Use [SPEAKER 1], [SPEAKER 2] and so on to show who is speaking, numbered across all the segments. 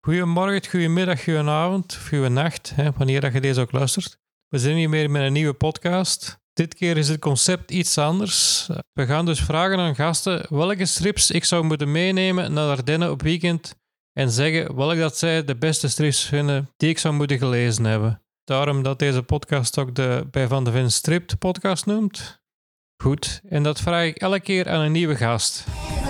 [SPEAKER 1] Goedemorgen, goedemiddag, goedenavond, goedenacht, wanneer dat je deze ook luistert. We zijn hier weer met een nieuwe podcast. Dit keer is het concept iets anders. We gaan dus vragen aan gasten welke strips ik zou moeten meenemen naar Ardennen op weekend en zeggen welke dat zij de beste strips vinden die ik zou moeten gelezen hebben. Daarom dat deze podcast ook de Bij Van de Ven Stript podcast noemt. Goed, en dat vraag ik elke keer aan een nieuwe gast.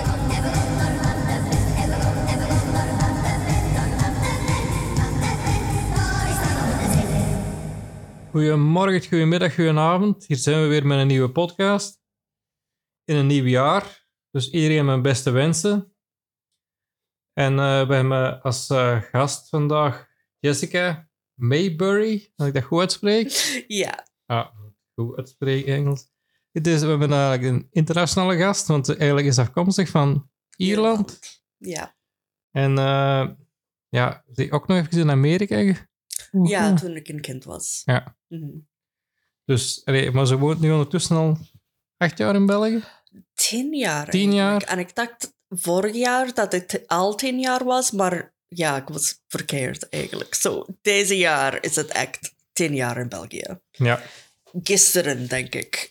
[SPEAKER 1] Goedemorgen, goedemiddag, goedenavond. Hier zijn we weer met een nieuwe podcast. In een nieuw jaar. Dus iedereen mijn beste wensen. En we hebben als gast vandaag Jessica Maybury. Als ik dat goed uitspreek?
[SPEAKER 2] Ja.
[SPEAKER 1] Goed uitspreken Engels. We hebben eigenlijk een internationale gast, want eigenlijk is afkomstig van Ierland.
[SPEAKER 2] Ja.
[SPEAKER 1] En ze ook nog even in Amerika.
[SPEAKER 2] Ja, toen ik een kind was.
[SPEAKER 1] Ja.
[SPEAKER 2] Mm-hmm.
[SPEAKER 1] Dus, maar ze woont nu ondertussen al 8 jaar in België?
[SPEAKER 2] 10 jaar.
[SPEAKER 1] 10 jaar?
[SPEAKER 2] En ik dacht vorig jaar dat het al 10 jaar was, maar ja, ik was verkeerd eigenlijk. Zo, deze jaar is het echt 10 jaar in België.
[SPEAKER 1] Ja.
[SPEAKER 2] Gisteren, denk ik.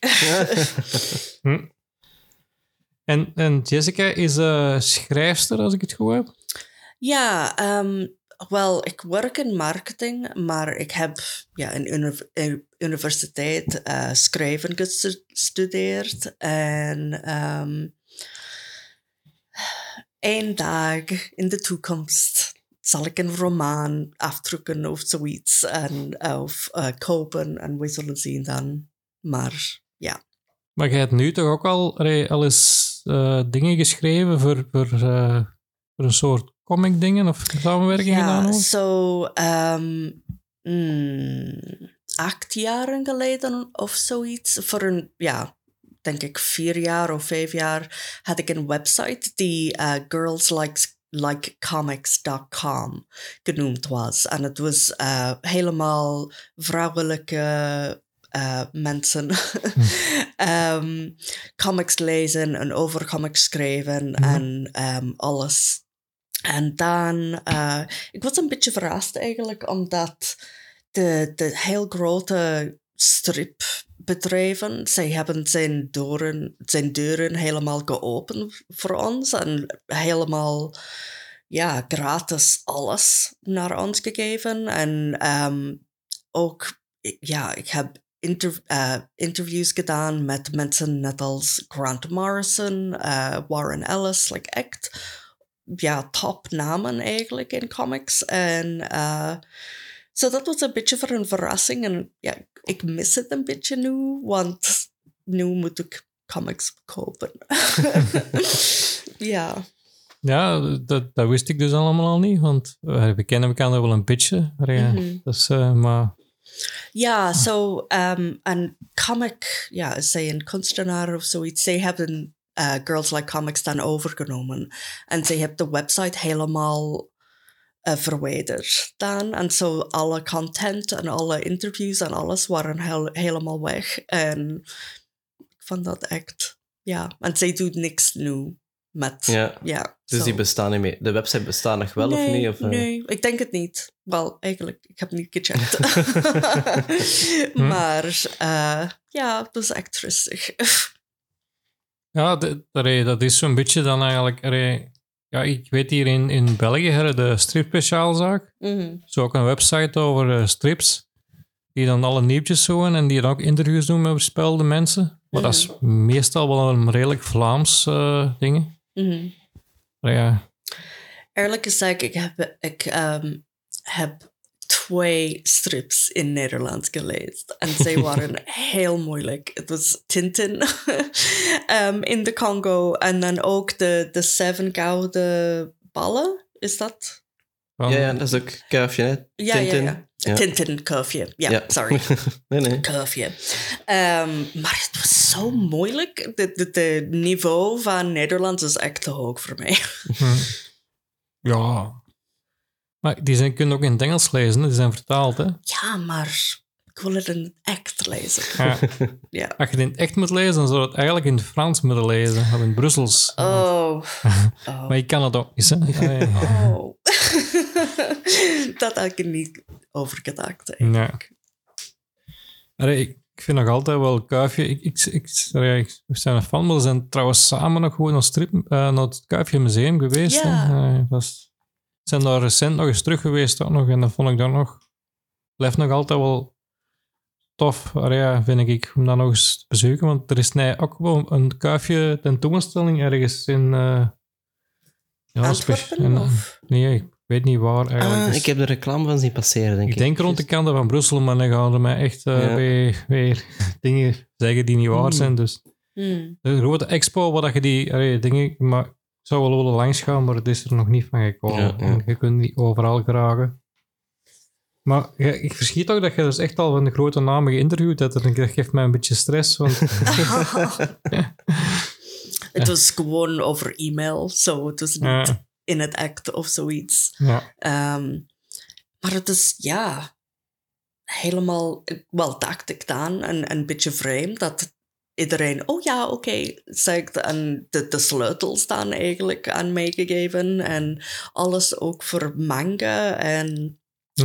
[SPEAKER 1] En Jessica is schrijfster, als ik het goed heb?
[SPEAKER 2] Ja, wel, ik werk in marketing, maar ik heb in universiteit schrijven gestudeerd. En één dag in de toekomst zal ik een roman afdrukken of zoiets of kopen en we zullen zien dan. Maar ja.
[SPEAKER 1] Maar je hebt nu toch ook al eens dingen geschreven voor een soort comic dingen of samenwerking gedaan?
[SPEAKER 2] Ja, zo 8 jaar geleden of zoiets. Voor denk ik 4 jaar of 5 jaar had ik een website die girlslikecomics.com genoemd was. En het was helemaal vrouwelijke mensen comics lezen en over comics schrijven en alles. En dan, ik was een beetje verrast eigenlijk, omdat de heel grote stripbedrijven, zij hebben zijn deuren helemaal geopend voor ons en helemaal gratis alles naar ons gegeven. En ook, ik heb interviews gedaan met mensen net als Grant Morrison, Warren Ellis, echt topnamen eigenlijk in comics. En dat was een beetje voor een verrassing. En ik mis het een beetje nu, want nu moet ik comics kopen. Ja.
[SPEAKER 1] Ja, dat wist ik dus allemaal al niet, want we kennen elkaar wel een beetje. Dus, maar...
[SPEAKER 2] Ja, een comic, zij een kunstenaar of zoiets, zij hebben Girls Like Comics dan overgenomen. En zij hebben de website helemaal verwijderd dan. En zo alle content en alle interviews en alles waren helemaal weg. En ik vond dat echt, En zij doet niks nu met,
[SPEAKER 3] Dus die bestaan niet meer. De website bestaat nog wel of niet? Of,
[SPEAKER 2] Nee, ik denk het niet. Wel, eigenlijk, ik heb niet gecheckt. Maar het was echt rustig.
[SPEAKER 1] Ja, dat is zo'n beetje dan eigenlijk... ik weet hier in België de stripspeciaalzaak. Zo ook een website over strips. Die dan alle nieuwtjes zoeken en die dan ook interviews doen met bespelde mensen. Maar dat is meestal wel een redelijk Vlaams dingen. Maar ja.
[SPEAKER 2] Eerlijk gezegd, ik heb 2 strips in Nederland gelezen. En zij waren heel moeilijk. Het was Tintin in de Congo. En dan ook de 7 gouden ballen. Is dat?
[SPEAKER 3] Ja, dat is ook kuifje, hè? Tintin.
[SPEAKER 2] Ja. Tintin, kuifje. Ja, sorry.
[SPEAKER 3] Nee.
[SPEAKER 2] Kuifje. Maar het was zo moeilijk. Het niveau van Nederlands is echt te hoog voor mij.
[SPEAKER 1] Ja. Maar die kunnen ook in het Engels lezen, die zijn vertaald, hè?
[SPEAKER 2] Ja, maar ik wil het in het echt lezen.
[SPEAKER 1] Ja. Als je het in het echt moet lezen, dan zou je het eigenlijk in het Frans moeten lezen. Of in het Brussels.
[SPEAKER 2] Oh.
[SPEAKER 1] Maar je kan het ook niet, hè?
[SPEAKER 2] Oh. Dat had ik er niet over gedacht. Eigenlijk.
[SPEAKER 1] Ja. Ik vind nog altijd wel Kuifje. We zijn een fan, maar we zijn trouwens samen nog gewoon naar het Kuifje Museum geweest.
[SPEAKER 2] Ja.
[SPEAKER 1] We zijn daar recent nog eens terug geweest ook nog, en dat vond ik dan nog... Blijft nog altijd wel tof, vind ik, om dat nog eens te bezoeken. Want er is ook wel een Kuifje tentoonstelling ergens in...
[SPEAKER 2] Antwerpen? Of?
[SPEAKER 1] Nee, ik weet niet waar eigenlijk.
[SPEAKER 3] Ik heb de reclame van zien passeren, denk ik.
[SPEAKER 1] Ik denk rond de kanten van Brussel, maar dan gaan ze mij echt weer dingen zeggen die niet waar zijn. Dus de grote expo, waar je die dingen... Maar ik zou wel willen langs gaan, maar het is er nog niet van gekomen.
[SPEAKER 3] Ja.
[SPEAKER 1] En je kunt niet overal geraken. Maar ik verschiet ook dat je dus echt al van de grote namen geïnterviewd hebt. En dat geeft mij een beetje stress, want...
[SPEAKER 2] Het was gewoon over e-mail, zo het was niet in het act of zoiets.
[SPEAKER 1] Ja.
[SPEAKER 2] Maar het is, helemaal, wel dacht ik dan, een beetje vreemd dat iedereen, zegt, en de sleutels dan eigenlijk aan mij gegeven en alles ook voor manga en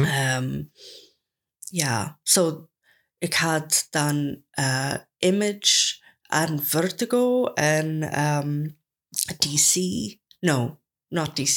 [SPEAKER 2] zo ik had dan Image en Vertigo en DC. No, not DC.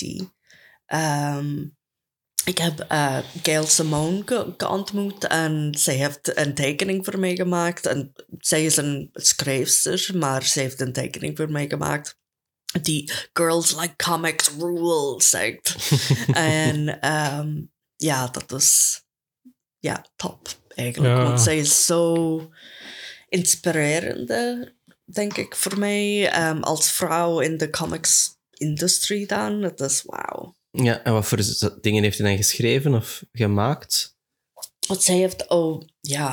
[SPEAKER 2] Ik heb Gail Simone geontmoet en zij heeft een tekening voor mij gemaakt. En zij is een schrijfster, maar ze heeft een tekening voor mij gemaakt die Girls Like Comics Rule zegt. En dat was top eigenlijk. Want zij is zo inspirerende, denk ik, voor mij als vrouw in de comics industry dan. Dat is wauw.
[SPEAKER 3] Ja, en wat voor dingen heeft hij dan geschreven of gemaakt?
[SPEAKER 2] Want zij heeft op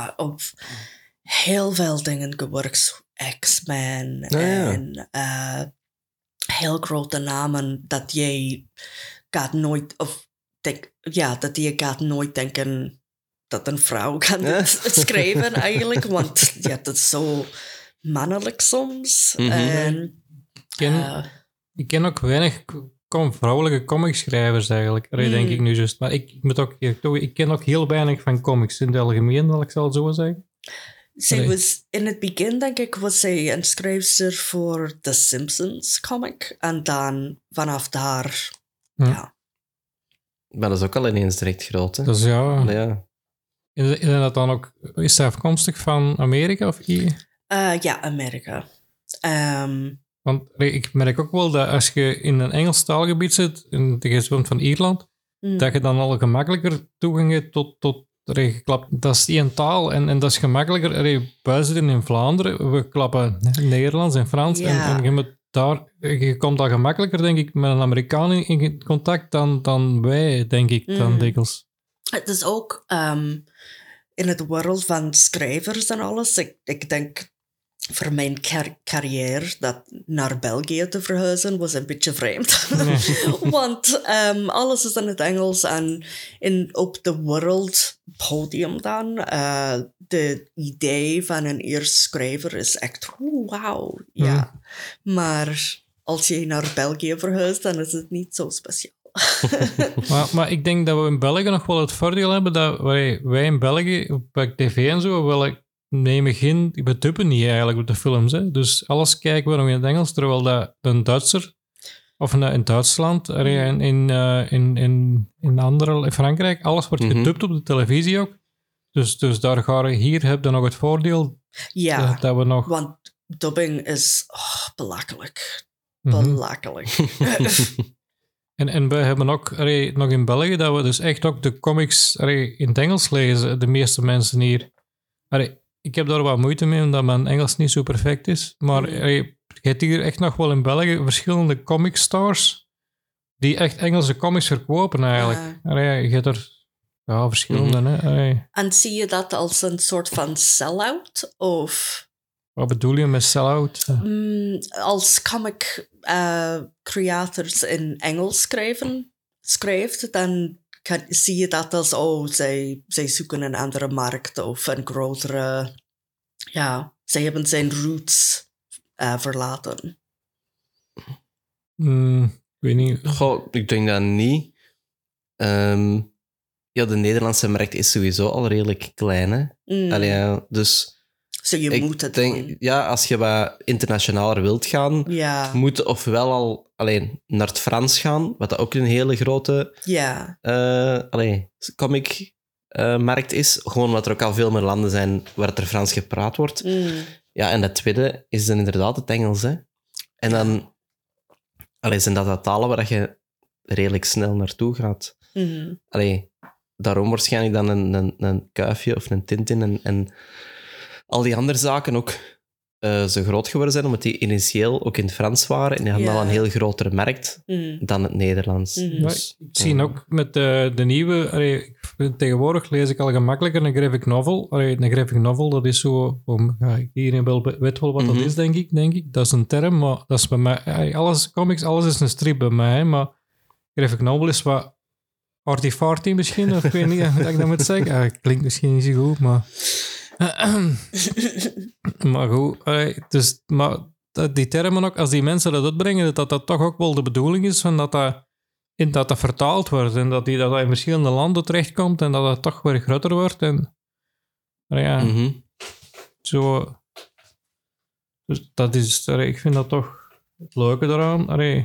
[SPEAKER 2] heel veel dingen gewerkt. X-Men en heel grote namen dat jij gaat nooit... dat je gaat nooit denken dat een vrouw kan schrijven eigenlijk. Want dat is zo mannelijk soms. En,
[SPEAKER 1] ik ken ook weinig vrouwelijke comicschrijvers eigenlijk. Denk ik nu juist. Maar ik ken ook heel weinig van comics in het algemeen, zal ik zo zeggen.
[SPEAKER 2] Zij was, in het begin, denk ik, was zij een schrijfster voor The Simpsons comic. En dan vanaf daar,
[SPEAKER 3] Maar dat is ook al ineens direct groot, hè?
[SPEAKER 1] Dus ja. Is dat dan ook... Is dat afkomstig van Amerika of hier?
[SPEAKER 2] Ja, Amerika.
[SPEAKER 1] Want ik merk ook wel dat als je in een Engels taalgebied zit, in de geest van Ierland, dat je dan al gemakkelijker toegang hebt tot dat is één taal en dat is gemakkelijker. Buiten in Vlaanderen, we klappen Nederlands en Frans en je komt al gemakkelijker, denk ik, met een Amerikaan in contact dan wij, denk ik, dan dikwijls.
[SPEAKER 2] Het is ook in het wereld van schrijvers en alles. Ik denk voor mijn carrière dat naar België te verhuizen was een beetje vreemd. Want alles is in het Engels en op de wereldpodium dan. De idee van een eerste schrijver is echt wauw. Ja. Maar als je naar België verhuist, dan is het niet zo speciaal.
[SPEAKER 1] maar ik denk dat we in België nog wel het voordeel hebben dat wij in België op tv en zo we duppen niet eigenlijk op de films. Hè. Dus alles kijken we nog in het Engels, terwijl dat een Duitser of in Duitsland, in Frankrijk, alles wordt gedubt op de televisie ook. Dus daar hier heb je nog het voordeel dat we nog...
[SPEAKER 2] want dubbing is belachelijk. Belachelijk.
[SPEAKER 1] En we hebben ook nog in België dat we dus echt ook de comics in het Engels lezen, de meeste mensen hier. Ik heb daar wat moeite mee, omdat mijn Engels niet zo perfect is. Maar je hebt hier echt nog wel in België verschillende comic stores die echt Engelse comics verkopen eigenlijk. Je hebt er verschillende. Hè.
[SPEAKER 2] En zie je dat als een soort van sell-out? Of...
[SPEAKER 1] Wat bedoel je met sell-out?
[SPEAKER 2] Als comic creators in Engels schrijft, dan zie je dat als, zij zoeken een andere markt of een grotere... Ja, zij hebben zijn roots verlaten.
[SPEAKER 1] Ik weet niet.
[SPEAKER 3] Goh, ik denk dat niet. ja, de Nederlandse markt is sowieso al redelijk klein. Hè? Allee, ja, dus
[SPEAKER 2] Zo je moet het doen.
[SPEAKER 3] denk, ja, als je wat internationaler wilt gaan,
[SPEAKER 2] Ja.
[SPEAKER 3] moet je ofwel al alleen naar het Frans gaan, wat dat ook een hele grote
[SPEAKER 2] Ja.
[SPEAKER 3] comic-markt is. Gewoon omdat er ook al veel meer landen zijn waar er Frans gepraat wordt. Ja, en het tweede is dan inderdaad het Engels. Hè? En dan zijn dat talen waar je redelijk snel naartoe gaat. Daarom waarschijnlijk dan een Kuifje of een Tintin en al die andere zaken ook zo groot geworden zijn, omdat die initieel ook in het Frans waren en die hadden al een heel grotere markt dan het Nederlands. Dus,
[SPEAKER 1] ik zie ook met de nieuwe... tegenwoordig lees ik al gemakkelijker een graphic novel. Een graphic novel, dat is zo... iedereen weet wel wat dat is, denk ik. Dat is een term, maar dat is bij mij... Comics, alles is een strip bij mij, maar graphic novel is wat arty-farty misschien, of ik weet niet hoe ik dat moet zeggen. Klinkt misschien niet zo goed, maar... maar goed, dus, maar die termen ook, als die mensen dat uitbrengen, dat toch ook wel de bedoeling is van dat vertaald wordt en dat in verschillende landen terechtkomt en dat het toch weer groter wordt. En zo... Dus dat is... ik vind dat toch het leuke eraan.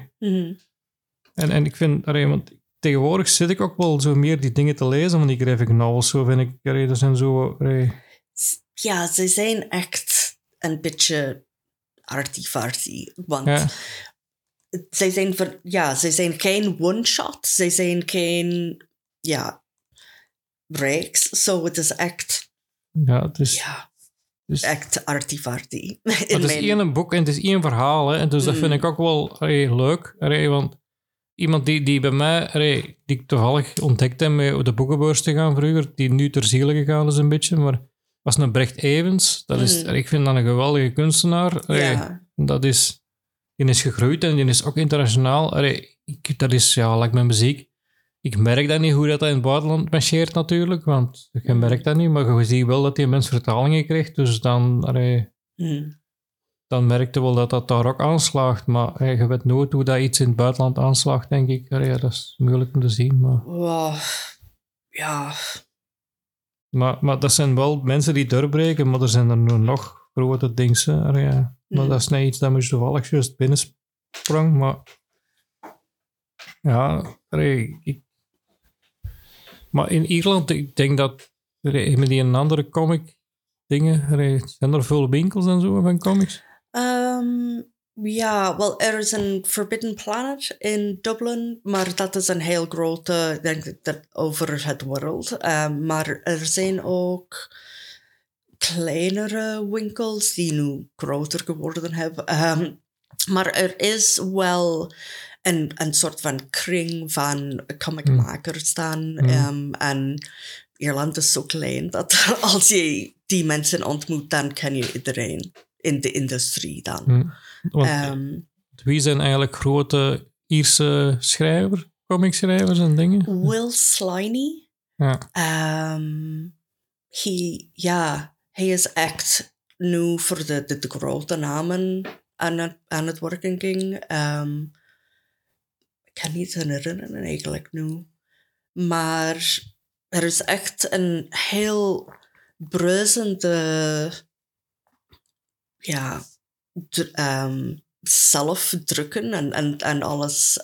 [SPEAKER 1] En ik vind... want tegenwoordig zit ik ook wel zo meer die dingen te lezen van die graphic novels. Zo vind ik... dat zijn zo...
[SPEAKER 2] Ja, ze zijn echt een beetje arty-farty. Want zij zijn geen one-shot. Zij zijn geen reeks. Zo, het is echt...
[SPEAKER 1] Ja, het is...
[SPEAKER 2] Dus, echt arty-farty.
[SPEAKER 1] Het is één boek en het is één verhaal. Hè, en dus dat vind ik ook wel leuk. Want iemand die bij mij... die ik toevallig ontdekt heb met op de boekenbeurs te gaan vroeger, die nu ter ziele gegaan is een beetje, maar... was een Brecht Evans. Dat is, ik vind dat een geweldige kunstenaar. Die is gegroeid en die is ook internationaal. Dat is, like met muziek. Ik merk dat niet hoe dat in het buitenland marcheert natuurlijk, want je merkt dat niet, maar je ziet wel dat die mens vertalingen krijgt, dus dan merkte wel dat daar ook aanslaagt, maar je weet nooit hoe dat iets in het buitenland aanslaagt, denk ik. Dat is moeilijk om te zien, maar... Maar dat zijn wel mensen die doorbreken, maar er zijn er nog grote dingen. Maar dat is niet iets dat me toevallig juist binnensprong. Maar maar in Ierland, ik denk dat met die andere comic dingen, zijn er veel winkels en zo van comics?
[SPEAKER 2] Ja, wel, er is een Forbidden Planet in Dublin, maar dat is een heel grote, ik denk dat over het wereld. Maar er zijn ook kleinere winkels die nu groter geworden hebben. Maar er is wel een soort van kring van comicmakers dan. En Ierland is zo klein dat als je die mensen ontmoet, dan ken je iedereen in de industrie dan.
[SPEAKER 1] Wie zijn eigenlijk grote Ierse comicschrijvers en dingen?
[SPEAKER 2] Will Sliney. Hij is echt nu voor de grote namen aan het werken ging. Ik kan niet herinneren eigenlijk nu. Maar er is echt een heel bruisende... zelf drukken en alles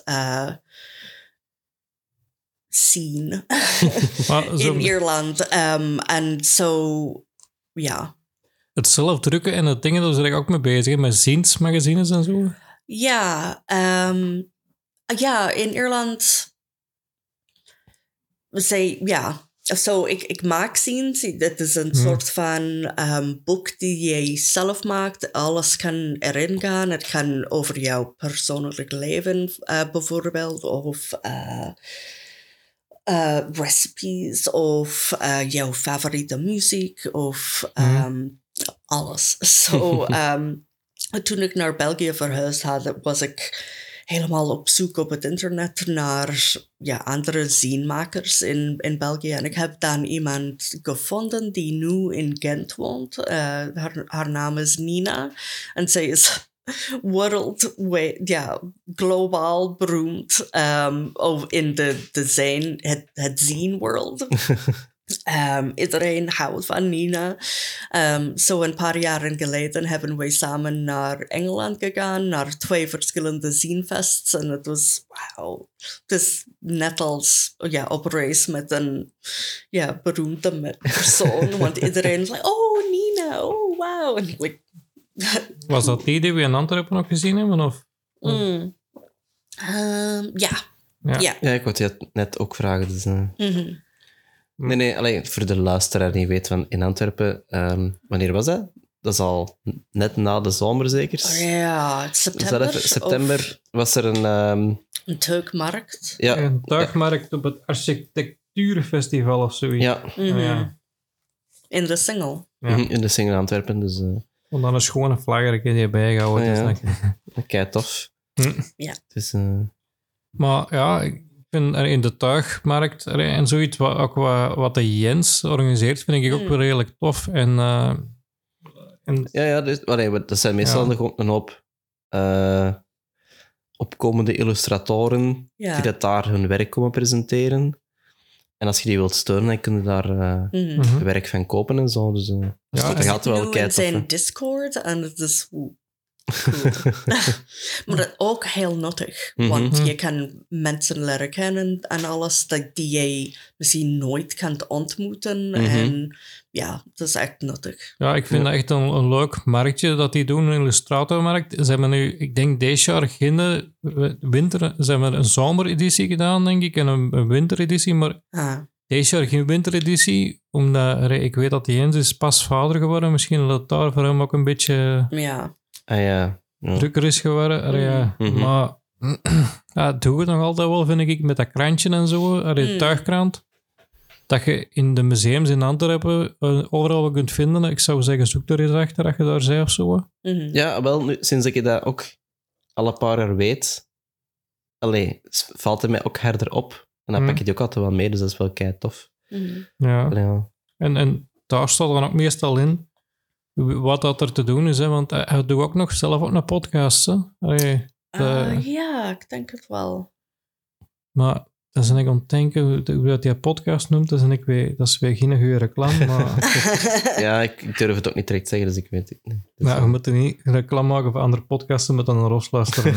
[SPEAKER 2] zien in Ierland. En zo,
[SPEAKER 1] Het zelf drukken en dat dingen, daar ben ik ook mee bezig, met ziensmagazines en zo.
[SPEAKER 2] In Ierland... ik maak zines. Dat is een soort van boek die je zelf maakt. Alles kan erin gaan. Het kan over jouw persoonlijk leven bijvoorbeeld. Of recipes. Of jouw favoriete muziek. Of alles. Toen ik naar België verhuisd had, was ik... helemaal op zoek op het internet naar andere zienmakers in België. En ik heb dan iemand gevonden die nu in Gent woont. Haar naam is Nina. En zij is globaal beroemd in de design, het zine world. Iedereen houdt van Nina. Zo een paar jaren geleden hebben wij samen naar Engeland gegaan, naar 2 verschillende zinefests. En het was, wauw. Het is net als op reis met een beroemde persoon. Want iedereen is like, oh Nina, oh wow. En like,
[SPEAKER 1] Was dat die we in Antwerpen nog gezien hebben? Of?
[SPEAKER 2] Ja,
[SPEAKER 3] ik wou het net ook vragen. Dus, Nee, allee, voor de luisteraar die weet van in Antwerpen, wanneer was dat? Dat is al net na de zomer zeker?
[SPEAKER 2] Ja, september.
[SPEAKER 3] September was er een
[SPEAKER 2] tuigmarkt.
[SPEAKER 3] Ja.
[SPEAKER 1] Een tuigmarkt op het architectuurfestival of zoiets.
[SPEAKER 3] Ja.
[SPEAKER 1] Ja.
[SPEAKER 2] In de Singel.
[SPEAKER 1] Ja.
[SPEAKER 3] In de Singel Antwerpen. Dus,
[SPEAKER 1] Om dan een schone vlagger die je bijgehouden.
[SPEAKER 3] Ja. Kijk, tof.
[SPEAKER 2] Ja.
[SPEAKER 3] Dus,
[SPEAKER 1] maar ja, ik vind in de tuigmarkt en zoiets, ook wat de Jens organiseert, vind ik ook wel redelijk tof.
[SPEAKER 3] Dus, dat zijn meestal een hoop opkomende illustratoren die dat daar hun werk komen presenteren. En als je die wilt steunen, dan kun je daar werk van kopen en zo. Dus dat gaat wel kijken.
[SPEAKER 2] Het zijn Discord en het is cool. Maar dat ook heel nuttig. Want je kan mensen leren kennen en alles die je misschien nooit kan ontmoeten. En ja, dat is echt nuttig.
[SPEAKER 1] Ja, ik vind dat echt een leuk marktje dat die doen, een illustratormarkt. Ze hebben nu, ik denk deze jaar geen winter... Ze hebben een zomereditie gedaan, denk ik, en een wintereditie, maar deze jaar geen wintereditie, omdat ik weet dat Jens is pas vader geworden. Misschien dat daar voor hem ook een beetje... drukker is geworden. Maar het doe het nog altijd wel, vind ik, met dat krantje en zo, de tuigkrant. Dat je in de museums in Antwerpen overal wat kunt vinden. Ik zou zeggen, zoek er eens achter dat je daar zei of zo.
[SPEAKER 3] Ja, wel, nu, sinds ik dat ook al een paar jaar weet, valt het mij ook harder op. En dan pak je die ook altijd wel mee, dus dat is wel kei tof.
[SPEAKER 1] Ja. En daar staat dan ook meestal in wat dat er te doen is, hè? Want hij doet ook nog zelf ook een podcast. Hè?
[SPEAKER 2] Ja, ik denk het wel.
[SPEAKER 1] Maar dan ben ik aan het denken hoe dat die podcast noemt, dat is weer geen goede reclame. Maar
[SPEAKER 3] ja, ik durf het ook niet direct zeggen, dus ik weet het niet. Dus
[SPEAKER 1] we moeten niet reclame maken voor andere podcasten, met dan een Ros luisteren.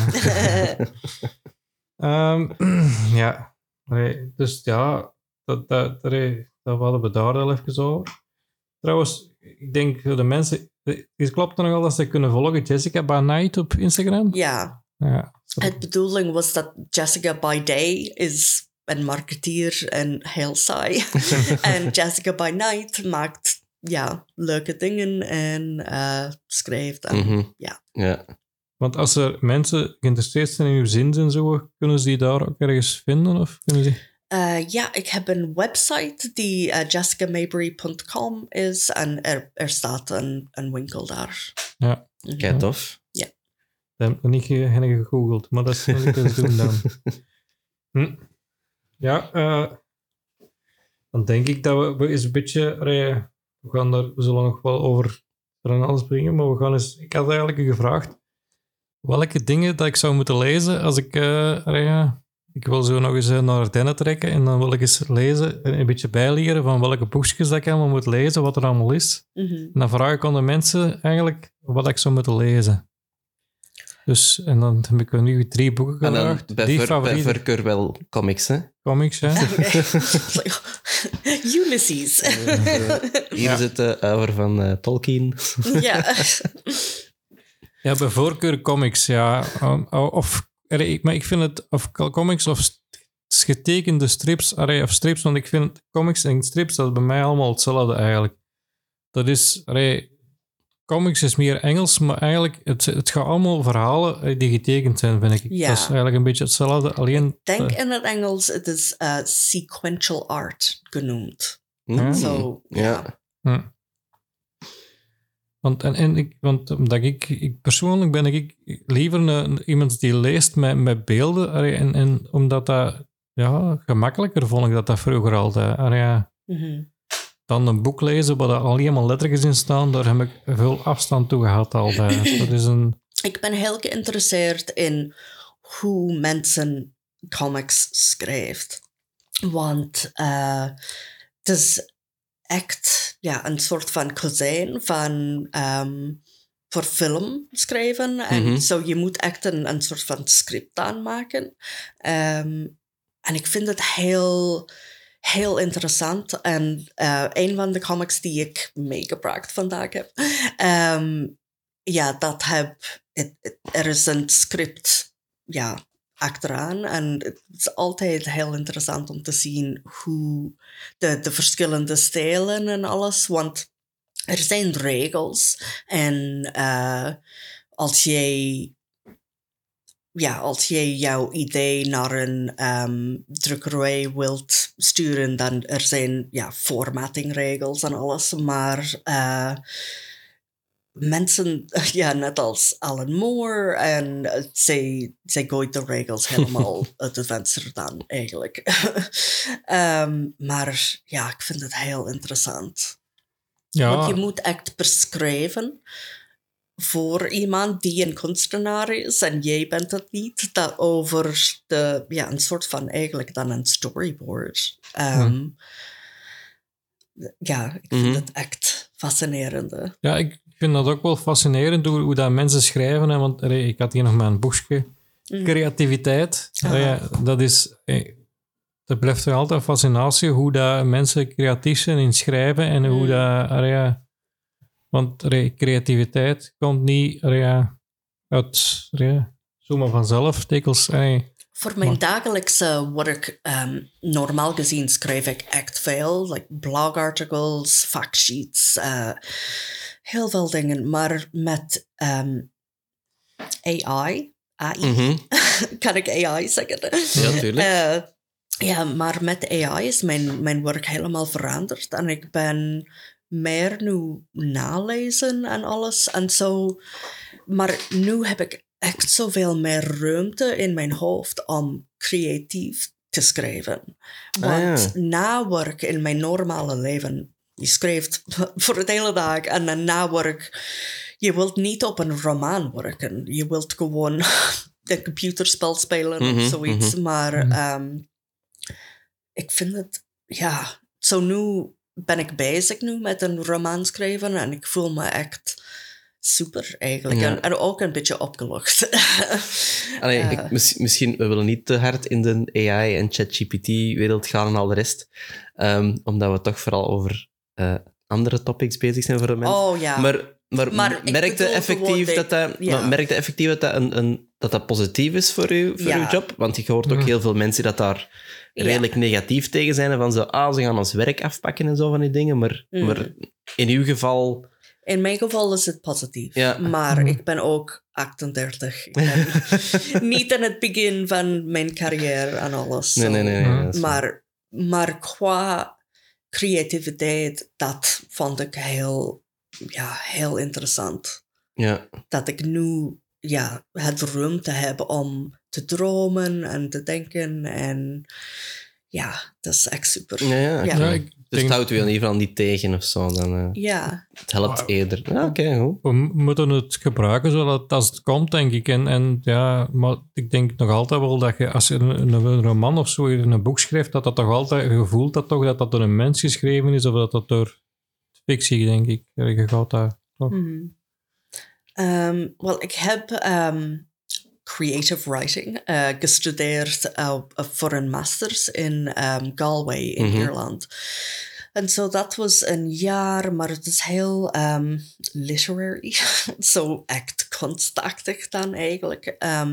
[SPEAKER 1] Ja. Dus ja, dat hadden we daar al even over. Trouwens, ik denk de mensen... Het klopt nog al dat ze kunnen volgen. Jessica by Night op Instagram?
[SPEAKER 2] Ja. Het bedoeling was dat Jessica by Day is een marketeer en heel saai. En Jessica by Night maakt leuke dingen en schrijft. En,
[SPEAKER 3] ja.
[SPEAKER 1] Want als er mensen geïnteresseerd zijn in uw zins en zo, kunnen ze die daar ook ergens vinden? Of kunnen ze...
[SPEAKER 2] ik heb een website die jessicamaybury.com is en er staat een winkel daar.
[SPEAKER 1] Ja.
[SPEAKER 3] Kijk, tof.
[SPEAKER 2] Ja.
[SPEAKER 1] Dat heb ik nog niet gegoogeld, maar dat zal ik eens doen dan. Ja, dan denk ik dat we eens een beetje... we zullen nog wel over alles brengen, maar we gaan eens... Ik had eigenlijk gevraagd welke dingen dat ik zou moeten lezen als ik... Ik wil zo nog eens naar Ardennen trekken en dan wil ik eens lezen en een beetje bijleren van welke boekjes dat ik allemaal moet lezen, wat er allemaal is. En dan vraag ik aan de mensen eigenlijk wat ik zou moeten lezen. Dus, en dan heb ik nu 3 boeken gevraagd.
[SPEAKER 3] Bij voorkeur wel comics, hè?
[SPEAKER 1] Comics, ja.
[SPEAKER 2] Ulysses.
[SPEAKER 3] Hier zit de over van Tolkien.
[SPEAKER 2] Ja.
[SPEAKER 1] Ja, bij voorkeur comics, ja. Maar ik vind het, of comics of getekende strips, of strips, want ik vind comics en strips, dat is bij mij allemaal hetzelfde eigenlijk. Dat is, comics is meer Engels, maar eigenlijk, het gaat allemaal verhalen die getekend zijn, vind ik.
[SPEAKER 2] Ja.
[SPEAKER 1] Dat is eigenlijk een beetje hetzelfde, alleen...
[SPEAKER 2] Ik denk in het Engels, het is sequential art genoemd. So,
[SPEAKER 3] ja.
[SPEAKER 1] Want omdat ik persoonlijk ben ik liever iemand die leest met beelden. En omdat dat gemakkelijker vond ik dat vroeger altijd. Dan een boek lezen waar er alleen maar lettertjes in staan, daar heb ik veel afstand toe gehad altijd. Dat is
[SPEAKER 2] ik ben heel geïnteresseerd in hoe mensen comics schrijft. Want het is echt een soort van cuisine van voor film schrijven. En zo je moet echt een soort van script aanmaken. En ik vind het heel, heel interessant. En een van de comics die ik meegebracht vandaag heb, er is een script achteraan. En het is altijd heel interessant om te zien hoe de verschillende stijlen en alles. Want er zijn regels. En als jij jouw idee naar een drukkerij wilt sturen, dan er zijn formattingregels en alles. Maar mensen, net als Alan Moore, en zij gooit de regels helemaal uit de venster dan, eigenlijk. Maar ik vind het heel interessant.
[SPEAKER 1] Ja.
[SPEAKER 2] Want je moet echt beschrijven voor iemand die een kunstenaar is en jij bent het niet, dat over een soort van eigenlijk dan een storyboard. Ik vind het echt fascinerend.
[SPEAKER 1] Ja, ik vind dat ook wel fascinerend hoe dat mensen schrijven. Hè, want ik had hier nog mijn boekje. Creativiteit. Dat is... Er blijft toch altijd een fascinatie hoe dat mensen creatief zijn in schrijven en hoe dat... want creativiteit komt niet uit zomaar vanzelf. Tekels...
[SPEAKER 2] Voor mijn dagelijkse werk, normaal gezien schrijf ik echt veel. Like blogarticles, factsheets, heel veel dingen. Maar met AI kan ik AI zeggen?
[SPEAKER 3] Ja, tuurlijk.
[SPEAKER 2] Maar met AI is mijn werk helemaal veranderd. En ik ben meer nu nalezen en alles. En zo. Maar nu heb ik echt zoveel meer ruimte in mijn hoofd om creatief te schrijven. Want na werk in mijn normale leven, je schrijft voor het hele dag en dan na werk, je wilt niet op een roman werken. Je wilt gewoon een computerspel spelen of zoiets. Maar ik vind het, zo nu ben ik bezig nu met een roman schrijven en ik voel me echt super eigenlijk.
[SPEAKER 3] Ja.
[SPEAKER 2] En ook een beetje opgelucht.
[SPEAKER 3] Misschien, we willen niet te hard in de AI en ChatGPT-wereld gaan en al de rest. Omdat we toch vooral over andere topics bezig zijn voor de mensen.
[SPEAKER 2] Oh ja.
[SPEAKER 3] Maar merkte effectief dat dat positief is voor uw job? Want je hoort ook heel veel mensen dat daar redelijk negatief tegen zijn. En van ze gaan ons werk afpakken en zo van die dingen. Maar in uw geval...
[SPEAKER 2] In mijn geval is het positief.
[SPEAKER 3] Ja.
[SPEAKER 2] Maar ik ben ook 38. Ik ben niet in het begin van mijn carrière en alles.
[SPEAKER 3] Nee.
[SPEAKER 2] Maar qua creativiteit, dat vond ik heel interessant.
[SPEAKER 3] Ja.
[SPEAKER 2] Dat ik nu het ruimte heb om te dromen en te denken. En dat is echt super.
[SPEAKER 3] Dus het houdt u in ieder geval niet tegen of zo. Dan, het helpt eerder. Ja, oké, goed.
[SPEAKER 1] We moeten het gebruiken zodat als het komt, denk ik. Maar ik denk nog altijd wel dat je, als je een roman of zo in een boek schrijft, dat toch altijd, je voelt dat toch, dat door een mens geschreven is, of dat door fictie, denk ik. Je gaat daar toch.
[SPEAKER 2] Wel, ik heb creative writing gestudeerd voor een masters in Galway in Ierland. En zo dat was een jaar, maar het is heel literary. Zo echt kunstachtig dan eigenlijk.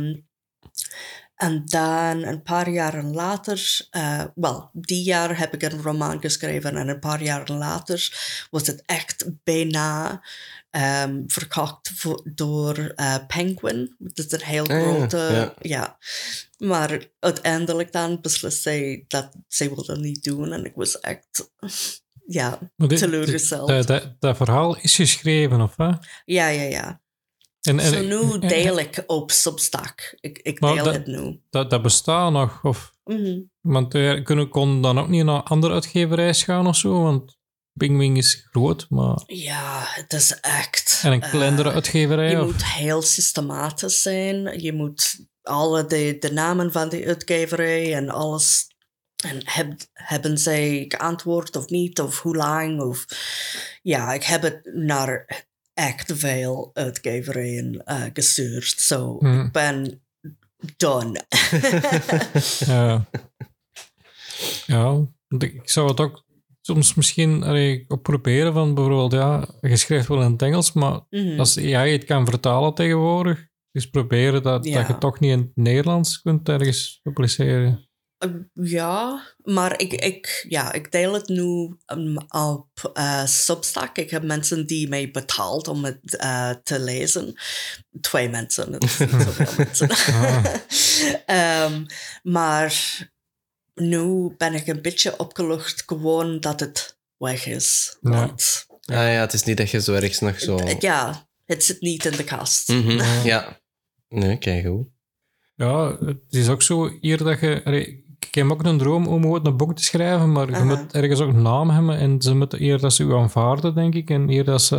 [SPEAKER 2] En dan een paar jaren later, die jaar heb ik een roman geschreven en een paar jaren later was het echt bijna verkocht door Penguin. Dat is een heel grote... Maar uiteindelijk dan beslist zij dat zij wilde niet doen en ik was echt teleurgesteld.
[SPEAKER 1] Dat verhaal is geschreven, of wat?
[SPEAKER 2] Ja. Zo nu deel ik op Substack. Ik deel het nu.
[SPEAKER 1] Dat bestaat nog? Of? Want kon dan ook niet naar een andere uitgeverij gaan of zo? Want Pingwing is groot, maar...
[SPEAKER 2] Ja, het is echt...
[SPEAKER 1] En een kleinere uitgeverij?
[SPEAKER 2] Je
[SPEAKER 1] of?
[SPEAKER 2] moet heel systematisch zijn. Je moet alle de namen van de uitgeverij en alles... En hebben zij geantwoord of niet? Of hoe lang? Of... Ja, ik heb het naar echt veel uitgeverijen gestuurd. Zo, ik ben done.
[SPEAKER 1] Ja. Ja, ik zou het ook soms misschien op proberen van bijvoorbeeld, ja, je schrijft wel in het Engels, maar als jij het kan vertalen tegenwoordig, dus proberen dat je toch niet in het Nederlands kunt ergens publiceren.
[SPEAKER 2] Ja, maar ik deel het nu op Substack. Ik heb mensen die mij betaald om het te lezen. 2 mensen, het is niet zoveel mensen. Maar nu ben ik een beetje opgelucht gewoon dat het weg is.
[SPEAKER 1] Ja.
[SPEAKER 2] Want,
[SPEAKER 3] het is niet dat je zo ergens nog zo...
[SPEAKER 2] Ja, het zit niet in de kast.
[SPEAKER 3] Ja. Nee, kijk goed.
[SPEAKER 1] Ja, het is ook zo hier dat je... Ik heb ook een droom om ooit een boek te schrijven, maar je moet ergens ook een naam hebben en ze moeten eer dat ze u aanvaarden, denk ik, en eer dat ze...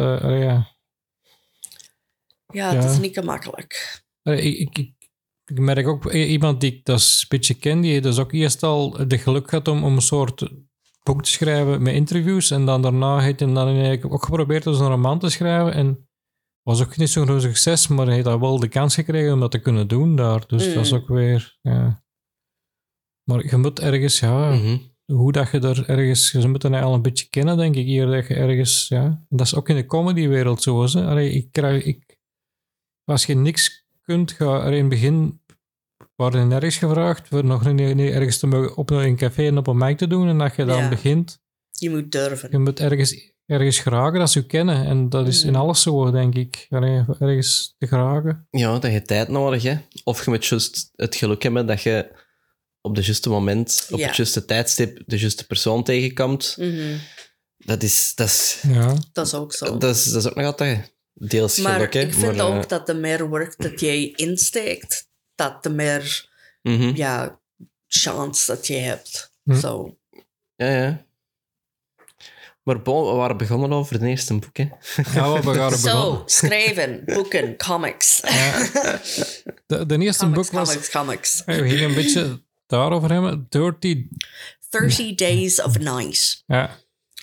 [SPEAKER 2] Ja, het is niet gemakkelijk.
[SPEAKER 1] Ik merk ook iemand die ik dat een beetje ken, die dus ook eerst al de geluk had om een soort boek te schrijven met interviews en dan daarna heeft hij dan eigenlijk ook geprobeerd om een roman te schrijven en was ook niet zo'n groot succes, maar hij heeft al wel de kans gekregen om dat te kunnen doen daar. Dus dat is ook weer... Ja. Maar je moet ergens, hoe dat je er ergens... Ze moeten je al een beetje kennen, denk ik, hier dat je ergens... Ja, en dat is ook in de comedywereld zo. Hè. Als je niks kunt, ga er in het begin... Worden nergens gevraagd voor nog niet ergens te mogen op een café en op een mic te doen. En dat je dan begint...
[SPEAKER 2] Je moet durven.
[SPEAKER 1] Je moet ergens geraken dat ze je kennen. En dat is in alles zo, denk ik. Ergens te geraken.
[SPEAKER 3] Ja, dat je tijd nodig hebt. Of je moet juist het geluk hebben dat je op het juiste moment, op het juiste tijdstip, de juiste persoon tegenkomt. Dat is
[SPEAKER 2] Dat is ook zo.
[SPEAKER 3] Dat is ook nog altijd deels geluk.
[SPEAKER 2] Maar ik vind ook dat de meer werk dat jij insteekt, dat de meer chance dat je hebt. Zo.
[SPEAKER 3] Ja. Maar we waren begonnen over het eerste boek, hè?
[SPEAKER 1] Ja, we gaan begonnen.
[SPEAKER 2] Zo, schrijven, boeken, comics.
[SPEAKER 1] De eerste boek was...
[SPEAKER 2] Comics.
[SPEAKER 1] We gingen een beetje daarover hebben. 30
[SPEAKER 2] Days of Night.
[SPEAKER 1] Ja.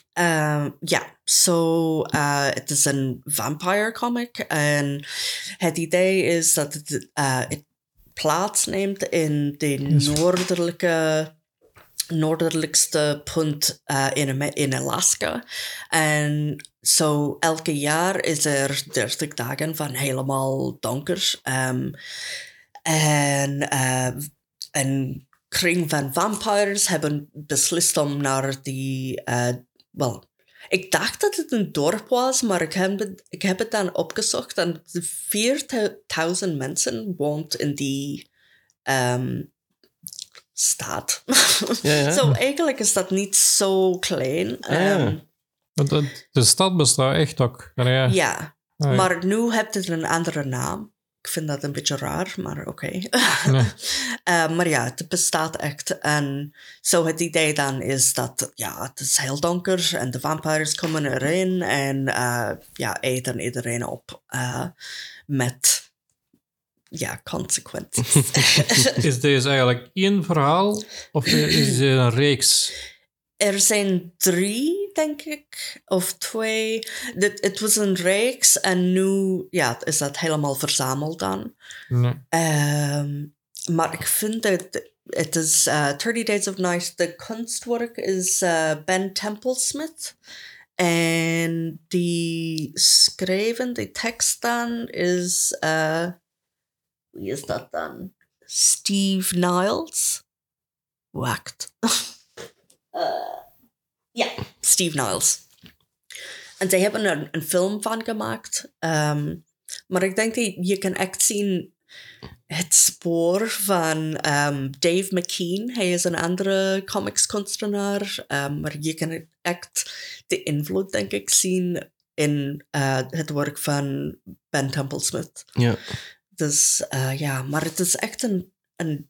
[SPEAKER 2] Het is een vampire comic. En het idee is dat het plaatsneemt in de noordelijkste punt in Alaska. En zo elke jaar is er 30 dagen van helemaal donker. Een kring van vampires hebben beslist om naar die... ik dacht dat het een dorp was, maar ik heb het dan opgezocht. En 4000 mensen woont in die stad. Zo, eigenlijk is dat niet zo klein.
[SPEAKER 1] De stad bestaat echt ook.
[SPEAKER 2] Ja, maar nu heeft het een andere naam. Ik vind dat een beetje raar, maar oké.
[SPEAKER 3] Nee.
[SPEAKER 2] Maar ja, het bestaat echt. En zo het idee dan is dat, het is heel donker en de vampires komen erin en eten iedereen op met consequenties.
[SPEAKER 1] Is deze eigenlijk 1 verhaal of is het een reeks?
[SPEAKER 2] Er zijn 3, denk ik, of 2. Het was een reeks en nu is dat helemaal verzameld dan.
[SPEAKER 1] Nee.
[SPEAKER 2] Maar ik vind dat het is 30 Days of Night. De kunstwerk is Ben Templesmith. En die tekst dan is... wie is dat dan? Steve Niles? Wacht. Steve Niles. En zij hebben een film van gemaakt. Maar ik denk dat je kan echt zien het spoor van Dave McKean. Hij is een andere comicskunstenaar. Maar je kan echt de invloed, denk ik, zien in het werk van Ben Templesmith.
[SPEAKER 3] Ja.
[SPEAKER 2] Dus maar het is echt een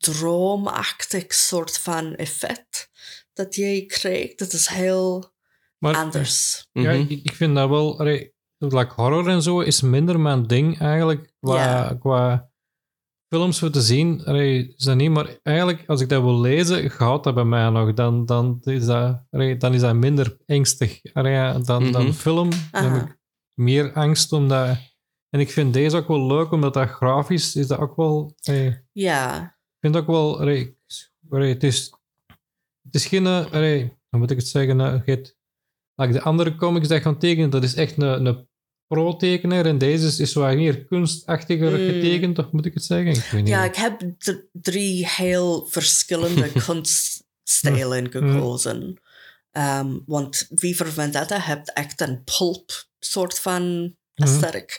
[SPEAKER 2] droomachtig soort van effect dat je krijgt. Het is heel
[SPEAKER 1] Maar,
[SPEAKER 2] anders.
[SPEAKER 1] ja, ik vind dat wel... like horror en zo is minder mijn ding eigenlijk. Qua films voor te zien is dat niet. Maar eigenlijk, als ik dat wil lezen, gaat dat bij mij nog. Dan is dat minder angstig. Dan film. Dan heb ik meer angst omdat... En ik vind deze ook wel leuk, omdat dat grafisch is dat ook wel...
[SPEAKER 2] Ja.
[SPEAKER 1] Ik vind ook wel... het is geen... hoe moet ik het zeggen? Like de andere comics die gaan tekenen, dat is echt een pro-tekenaar. En deze is wat meer kunstachtiger getekend, toch moet ik het zeggen? Ik weet niet.
[SPEAKER 2] Ja, ik heb 3 heel verschillende kunststijlen gekozen. Want V for Vendetta heeft echt een pulp soort van aesthetic.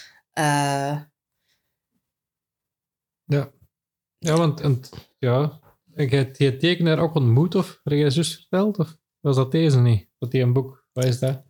[SPEAKER 1] Ja, want ik heb die tekenaar ook ontmoet, of heb je zus verteld? Of was dat deze niet? Dat die een boek, wat is dat?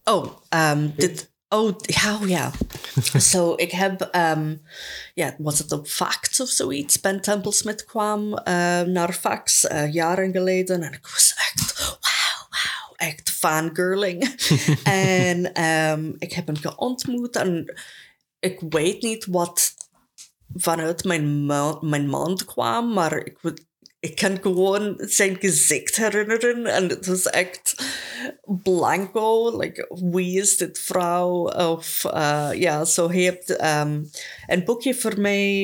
[SPEAKER 2] Ja. So, ik heb, was het op Fax of zoiets? Ben Templesmith kwam naar Fax jaren geleden en ik was echt, wow, echt fangirling. En ik heb hem geontmoet en ik weet niet wat vanuit mijn mond kwam, maar ik kan gewoon zijn gezicht herinneren en het was echt blanco, like, wie is dit vrouw? Of, zo hij heeft een boekje voor mij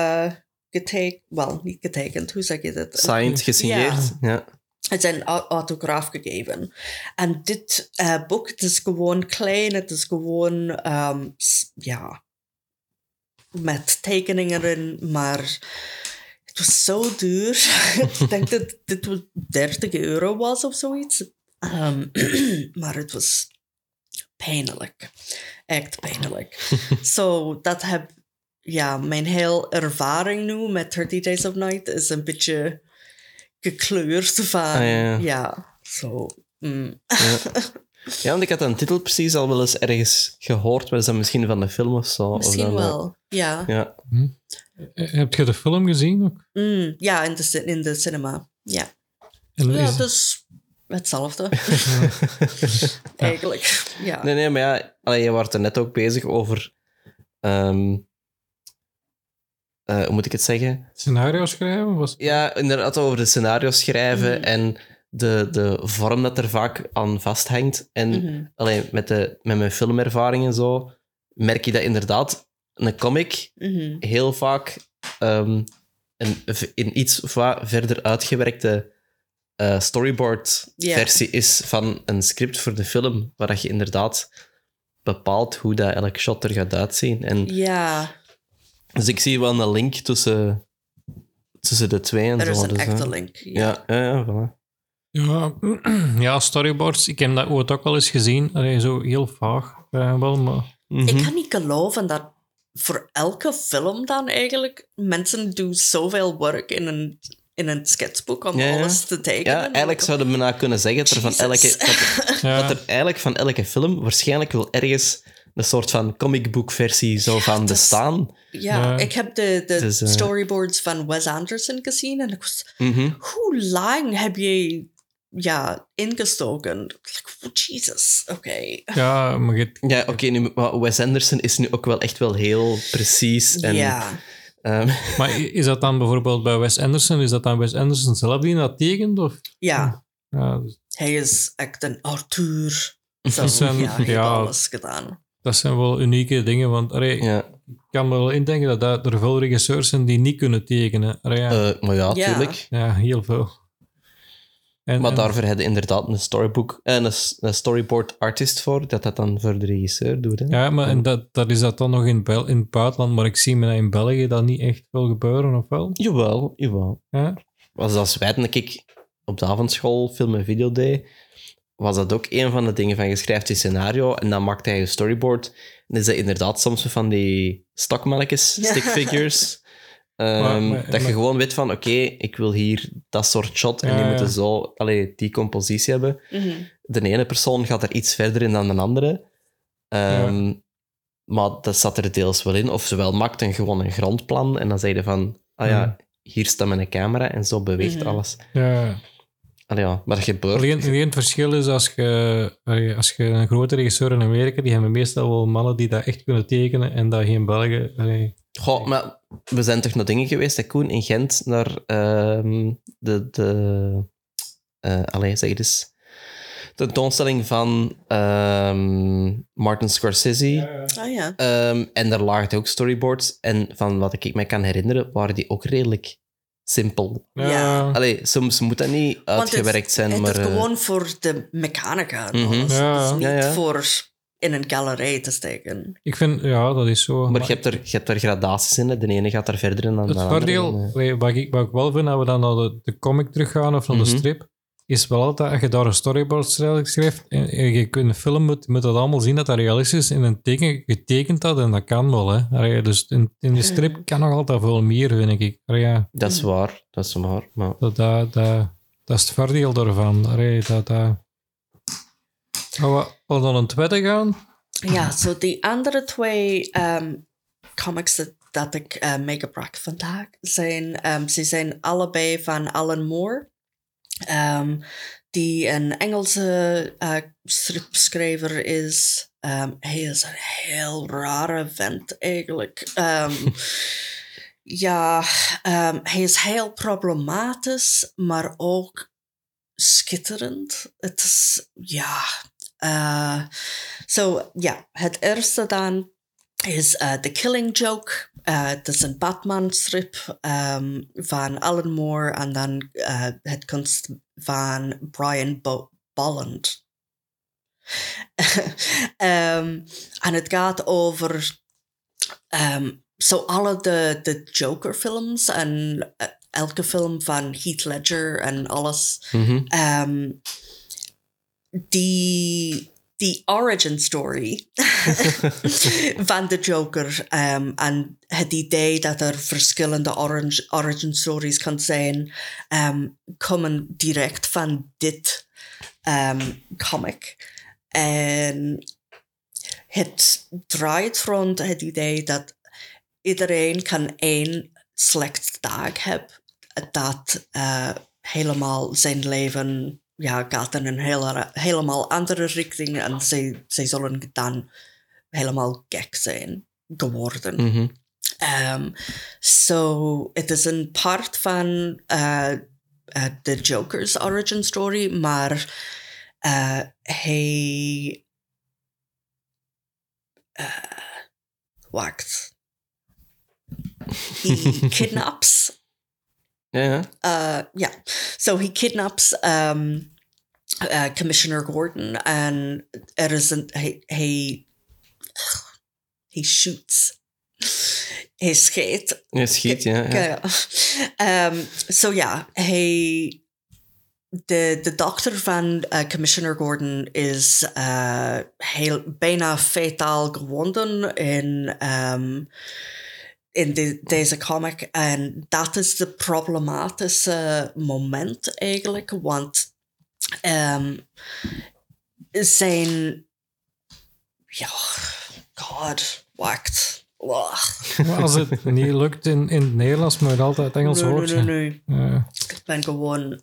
[SPEAKER 2] niet getekend, hoe zeg je dat?
[SPEAKER 3] Signed, gesigneerd, ja.
[SPEAKER 2] Het is een autograaf gegeven. En dit boek, het is gewoon klein, het is gewoon, met tekeningen erin, maar het was zo duur. Ik denk dat dit €30 was of zoiets. Maar het was pijnlijk. Echt pijnlijk. Dat heb... Ja, mijn hele ervaring nu met 30 Days of Night is een beetje gekleurd van...
[SPEAKER 3] Ja, want ik had een titel precies al wel eens ergens gehoord. Was dat misschien van de film of zo?
[SPEAKER 2] Misschien
[SPEAKER 3] of dan,
[SPEAKER 2] wel, ja.
[SPEAKER 1] Heb je de film gezien ook?
[SPEAKER 2] Ja, in de cinema, ja.
[SPEAKER 1] En
[SPEAKER 2] dus hetzelfde. Eigenlijk, ja.
[SPEAKER 3] Nee, maar ja, je was er net ook bezig over... hoe moet ik het zeggen?
[SPEAKER 1] Scenario schrijven?
[SPEAKER 3] Ja, inderdaad over de scenario schrijven en... De vorm dat er vaak aan vasthangt. En met mijn filmervaring en zo, merk je dat inderdaad een comic heel vaak in iets verder uitgewerkte storyboard-versie is van een script voor de film, waar dat je inderdaad bepaalt hoe dat elk shot er gaat uitzien. En, dus ik zie wel een link tussen de twee. En
[SPEAKER 2] er is
[SPEAKER 3] zo,
[SPEAKER 2] een echte link.
[SPEAKER 3] Ja, voilà.
[SPEAKER 1] Ja, storyboards. Ik heb dat ooit ook al eens gezien. Zo heel vaag wel, maar...
[SPEAKER 2] Ik kan niet geloven dat voor elke film dan eigenlijk mensen doen zoveel werk in een sketchboek om alles te tekenen.
[SPEAKER 3] Ja, eigenlijk zouden we nou kunnen zeggen dat er eigenlijk van elke film waarschijnlijk wel ergens een soort van comicboekversie zou van bestaan.
[SPEAKER 2] Ja, ik heb de storyboards van Wes Anderson gezien en ik was... Hoe lang heb je... ingestoken. Like, Jesus, oké.
[SPEAKER 1] Ja, maar
[SPEAKER 3] maar Wes Anderson is nu ook wel echt wel heel precies. En,
[SPEAKER 1] maar is dat dan bijvoorbeeld bij Wes Anderson, is dat dan Wes Anderson zelf die dat tekent? Of?
[SPEAKER 2] Ja.
[SPEAKER 1] Dus...
[SPEAKER 2] Hij is echt een auteur. Hij heeft alles gedaan.
[SPEAKER 1] Dat zijn wel unieke dingen, want ik kan me wel indenken dat er veel regisseurs zijn die niet kunnen tekenen.
[SPEAKER 3] Maar ja, tuurlijk.
[SPEAKER 1] Ja, heel veel.
[SPEAKER 3] Maar daarvoor heb je inderdaad een storyboard artist voor, dat dan voor de regisseur doet. Hè?
[SPEAKER 1] Ja, maar en dat is dat dan nog in het buitenland, maar ik zie me dat in België dat niet echt wil gebeuren, of wel?
[SPEAKER 3] Jawel.
[SPEAKER 1] Ja?
[SPEAKER 3] Als wij, denk ik, op de avondschool film en video deed, was dat ook een van de dingen van je schrijft je scenario en dan maakt hij je storyboard. En is dat inderdaad soms van die stokmannetjes, stickfigures... dat je gewoon weet van, oké, ik wil hier dat soort shot en die moeten zo die compositie hebben. De ene persoon gaat er iets verder in dan de andere. Maar dat zat er deels wel in. Of zowel maakt gewoon een grondplan en dan zeg je van, hier staat mijn camera en zo beweegt alles.
[SPEAKER 1] Ja.
[SPEAKER 3] ja, maar dat gebeurt.
[SPEAKER 1] Alleen het verschil is als je een grote regisseur in Amerika, die hebben meestal wel mannen die dat echt kunnen tekenen en dat geen Belgen...
[SPEAKER 3] Goh, maar we zijn toch naar dingen geweest, hè, Koen, in Gent, naar zeg het eens. De tentoonstelling van Martin Scorsese.
[SPEAKER 2] Ah ja.
[SPEAKER 3] En daar lagen ook storyboards. En van wat ik mij kan herinneren, waren die ook redelijk simpel.
[SPEAKER 2] Ja.
[SPEAKER 3] Allee, soms moet dat niet uitgewerkt zijn,
[SPEAKER 2] het
[SPEAKER 3] maar...
[SPEAKER 2] is gewoon voor de mechanica.
[SPEAKER 3] Mhm.
[SPEAKER 1] Ja.
[SPEAKER 2] Het is niet
[SPEAKER 3] Ja.
[SPEAKER 2] voor in een galerij te steken.
[SPEAKER 1] Ik vind, ja, dat is zo.
[SPEAKER 3] Maar je hebt er gradaties in. Hè. De ene gaat daar verder in dan de
[SPEAKER 1] Het
[SPEAKER 3] andere.
[SPEAKER 1] voordeel, wat ik wel vind, als we dan naar de comic teruggaan of naar de strip, is wel altijd, als je daar een storyboard schrijft en je kunt een film, moet dat allemaal zien dat dat realistisch is. In een teken, je tekent dat en dat kan wel. Hè. Dus in de strip kan nog altijd veel meer, vind ik. Ja,
[SPEAKER 3] Dat is waar. Maar...
[SPEAKER 1] dat is het voordeel daarvan. Gaan we dan een tweede gaan?
[SPEAKER 2] Ja, zo die andere twee comics dat ik meegebracht vandaag zijn, ze zijn allebei van Alan Moore. Die een Engelse stripschrijver is. Hij is een heel rare vent eigenlijk. Hij is heel problematisch, maar ook schitterend. Het is, het eerste dan is The Killing Joke. Het is een Batman-strip van Alan Moore en dan het kunst van Brian Bolland. En het gaat over alle de Joker-films en elke film van Heath Ledger en alles. Die origin story van de Joker en het idee dat er verschillende origin stories kan zijn, komen direct van dit comic. En het draait rond het idee dat iedereen kan één slechte dag hebben dat helemaal zijn leven gaat in een helemaal andere richting en zij zullen dan helemaal gek zijn geworden. Het is een part van de Joker's origin story, maar hij... wacht. He kidnaps... So he kidnaps Commissioner Gordon and er is he shoots. Hij schiet.
[SPEAKER 3] Hij schiet, ja.
[SPEAKER 2] De dokter van Commissioner Gordon is bijna fataal gewonden in deze comic. En dat is de problematische moment eigenlijk. Want zijn... wacht.
[SPEAKER 1] Als het niet lukt in het Nederlands, moet je altijd het Engels horen.
[SPEAKER 2] Nee. Ik ben gewoon...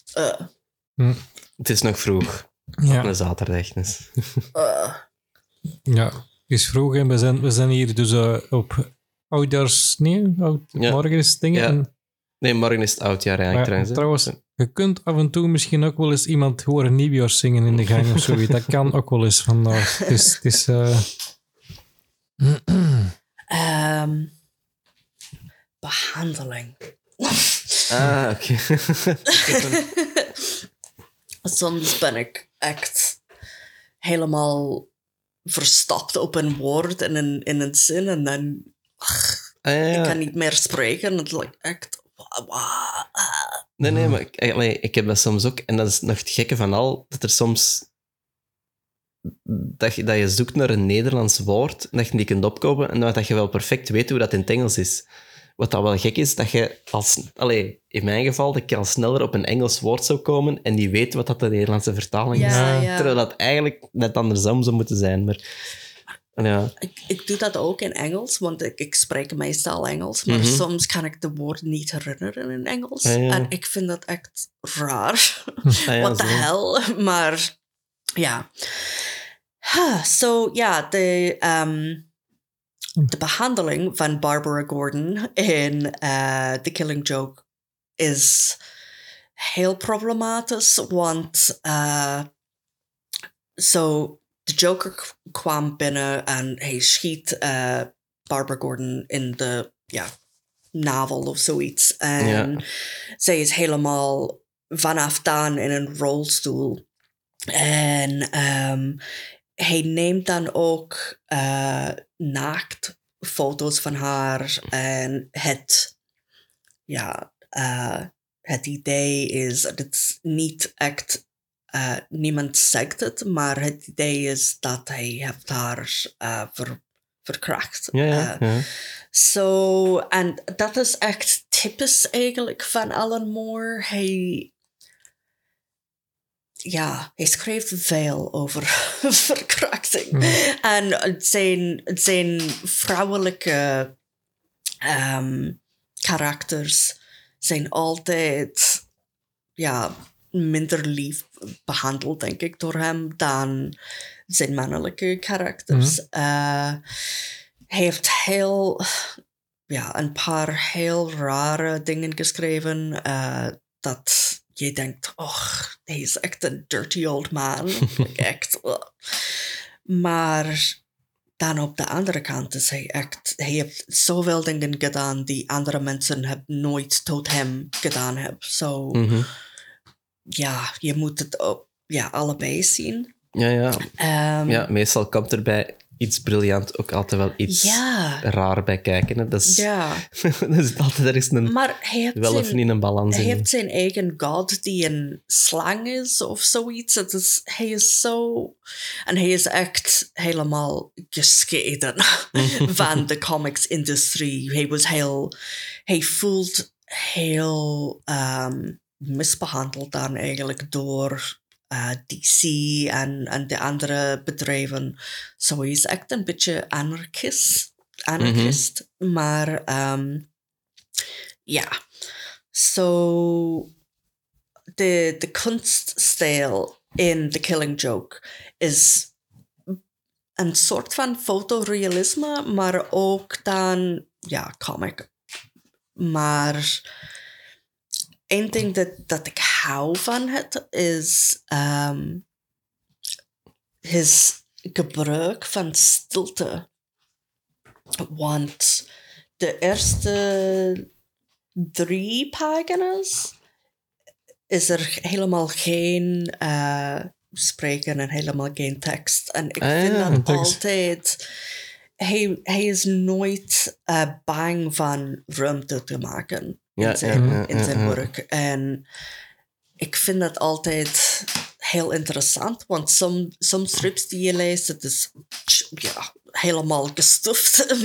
[SPEAKER 3] Het is nog vroeg.
[SPEAKER 1] Ja.
[SPEAKER 3] Op een zaterdag. Dus.
[SPEAKER 1] Ja, het is vroeg en we zijn hier dus op morgen is het dingen.
[SPEAKER 3] Ja. Nee, morgen is het oudjaar eigenlijk
[SPEAKER 1] trouwens. Je kunt af en toe misschien ook wel eens iemand horen nieuwjaars zingen in de gang of zoiets. Dat kan ook wel eens vandaag. Het is
[SPEAKER 2] behandeling.
[SPEAKER 3] Oké.
[SPEAKER 2] Soms ben ik echt helemaal verstopt op een woord in een zin en dan... Ik kan niet meer spreken. Het lijkt echt...
[SPEAKER 3] Nee, maar ik heb dat soms ook. En dat is nog het gekke van al, dat er soms... Dat je zoekt naar een Nederlands woord, en dat je die kunt opkomen, en dat je wel perfect weet hoe dat in het Engels is. Wat dat wel gek is, dat je in mijn geval, dat ik al sneller op een Engels woord zou komen en die weet wat dat de Nederlandse vertaling is.
[SPEAKER 2] Ja.
[SPEAKER 3] Terwijl dat eigenlijk net andersom zou moeten zijn. Maar Ja.
[SPEAKER 2] Ik doe dat ook in Engels, want ik spreek meestal Engels. Maar soms kan ik de woorden niet herinneren in Engels.
[SPEAKER 3] Ja, ja.
[SPEAKER 2] En ik vind dat echt raar.
[SPEAKER 3] Ja,
[SPEAKER 2] What the
[SPEAKER 3] zo.
[SPEAKER 2] hell? Maar ja. So ja, de behandeling van Barbara Gordon in The Killing Joke is heel problematisch, want de Joker kwam binnen en hij schiet Barbara Gordon in de navel of zoiets. En zij is helemaal vanaf dan in een rolstoel. En hij neemt dan ook naakt foto's van haar. En het idee is, het is niet echt, niemand zegt het, maar het idee is dat hij heeft haar verkracht.
[SPEAKER 3] Ja.
[SPEAKER 2] En dat is echt typisch eigenlijk van Alan Moore. Hij schreef veel over verkrachting. En zijn vrouwelijke karakters zijn altijd minder lief behandeld, denk ik, door hem dan zijn mannelijke karakters. Hij heeft een paar heel rare dingen geschreven dat je denkt, hij is echt een dirty old man. Echt. Maar dan op de andere kant is hij heeft zoveel dingen gedaan die andere mensen nooit tot hem gedaan hebben. So, je moet het allebei zien.
[SPEAKER 3] Ja, meestal komt er bij iets briljant ook altijd wel iets raar bij kijken. Hè. Dat is, dat is altijd ergens niet een balans in.
[SPEAKER 2] Hij heeft zijn eigen god die een slang is of zoiets. Hij is zo... En hij is echt helemaal gescheiden van de comics-industrie. Hij voelt heel misbehandeld dan eigenlijk door DC en de andere bedrijven. Zo is echt een beetje anarchist. Maar de kunststijl in The Killing Joke is een soort van fotorealisme, maar ook dan comic. Maar één ding dat ik hou van het is his gebruik van stilte. Want de eerste 3 pagina's is er helemaal geen spreken en helemaal geen tekst. En ik vind dat altijd... Hij is nooit bang van ruimte te maken in zijn werk. En ik vind dat altijd heel interessant, want soms strips die je leest, het is helemaal gestuft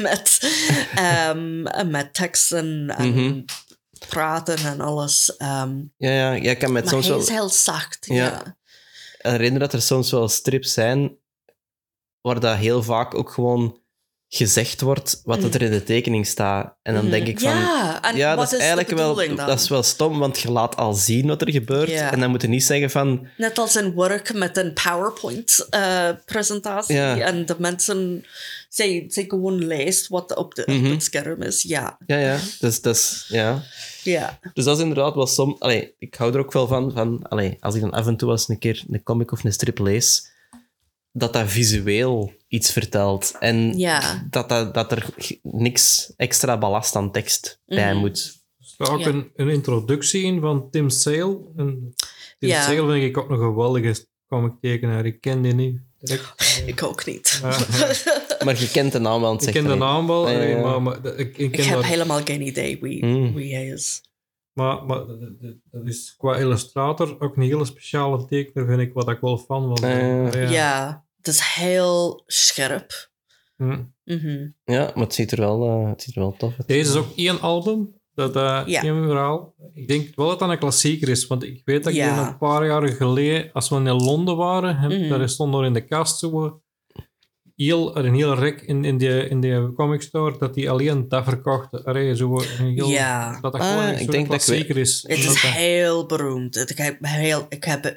[SPEAKER 2] met teksten en praten en alles.
[SPEAKER 3] Ik kan met
[SPEAKER 2] maar
[SPEAKER 3] soms
[SPEAKER 2] hij
[SPEAKER 3] wel...
[SPEAKER 2] is heel zacht.
[SPEAKER 3] Ik herinner dat er soms wel strips zijn waar dat heel vaak ook gewoon gezegd wordt wat er in de tekening staat. En dan denk ik van... dat is eigenlijk wel... Dat is wel stom, want je laat al zien wat er gebeurt. En dan moet je niet zeggen van...
[SPEAKER 2] Net als in werk met een PowerPoint-presentatie. En de mensen... Zij gewoon leest wat op het scherm is.
[SPEAKER 3] Dus dat is... Dus dat is inderdaad wel soms... ik hou er ook wel van als ik dan af en toe eens een keer een comic of een strip lees, dat visueel iets vertelt. En dat er niks extra ballast aan tekst bij moet.
[SPEAKER 1] Er staat ook een introductie in van Tim Sale. En Tim Sale vind ik ook een geweldige comic-tekenaar. Ik ken die niet.
[SPEAKER 2] Ik ook niet.
[SPEAKER 3] Maar je kent de naam wel.
[SPEAKER 1] Ik ken de naam wel.
[SPEAKER 2] Ik heb helemaal geen idee wie hij is.
[SPEAKER 1] Maar dat is qua illustrator ook een hele speciale tekenaar, vind ik, wat ik wel fan van.
[SPEAKER 2] Het is heel scherp.
[SPEAKER 3] Ja, maar het ziet er wel tof uit.
[SPEAKER 1] Deze is ook 1 album. Één verhaal. Ik denk wel dat dat een klassieker is, want ik weet dat ik een paar jaar geleden, als we in Londen waren, daar stond nog in de kast zo een heel rek in die comic store dat die alleen dat verkocht. Allee, zo een heel,
[SPEAKER 2] Ja.
[SPEAKER 1] dat gewoon een soort klassieker is.
[SPEAKER 2] Het is heel beroemd. Ik heb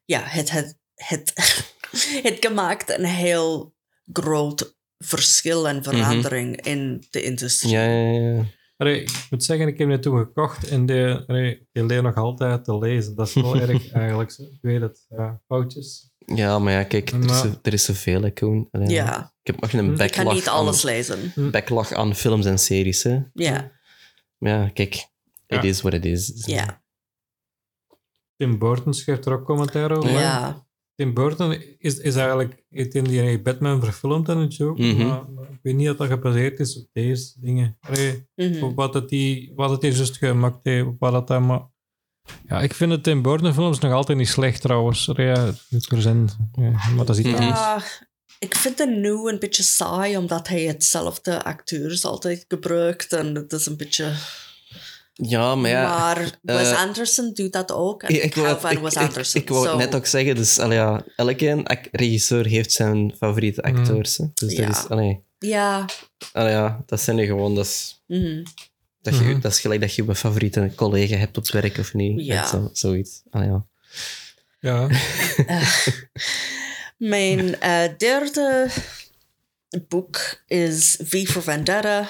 [SPEAKER 2] het gemaakt een heel groot verschil en verandering in de industrie.
[SPEAKER 3] Ja.
[SPEAKER 1] Allee, ik moet zeggen, ik heb het toen gekocht en die leer nog altijd te lezen. Dat is wel erg eigenlijk. Ik weet het, foutjes.
[SPEAKER 3] Ja, maar ja, kijk, er is zoveel, hè, Koen. Allee,
[SPEAKER 2] Ja.
[SPEAKER 3] Ik heb nog een backlog.
[SPEAKER 2] Ik kan niet alles lezen.
[SPEAKER 3] Backlog aan films en series, hè.
[SPEAKER 2] Ja.
[SPEAKER 3] Maar ja, kijk, it is what it is.
[SPEAKER 2] Ja.
[SPEAKER 1] Tim Burton schrijft er ook commentaar over.
[SPEAKER 2] Ja.
[SPEAKER 1] Tim Burton is eigenlijk in die Batman verfilmd en het ook. Maar ik weet niet of dat gebaseerd is op deze dingen. Op wat het hij juist gemaakt heeft. Op wat dat maar... Ja, ik vind de Tim Burton films nog altijd niet slecht trouwens. Ja, maar dat is iets anders.
[SPEAKER 2] Ik vind het nu een beetje saai, omdat hij hetzelfde acteurs altijd gebruikt. En het is een beetje...
[SPEAKER 3] Ja, maar ja...
[SPEAKER 2] Maar Wes Anderson doet dat ook. En ik hou van Wes Anderson.
[SPEAKER 3] Ik wou het net ook zeggen, dus elke regisseur heeft zijn favoriete acteurs. Hè. Dus dat is...
[SPEAKER 2] Ja.
[SPEAKER 3] Dat zijn er gewoon... Dat is gelijk dat je een favoriete collega hebt op het werk of niet.
[SPEAKER 2] Ja.
[SPEAKER 3] Zoiets.
[SPEAKER 1] Ja.
[SPEAKER 2] Mijn derde boek is V for Vendetta.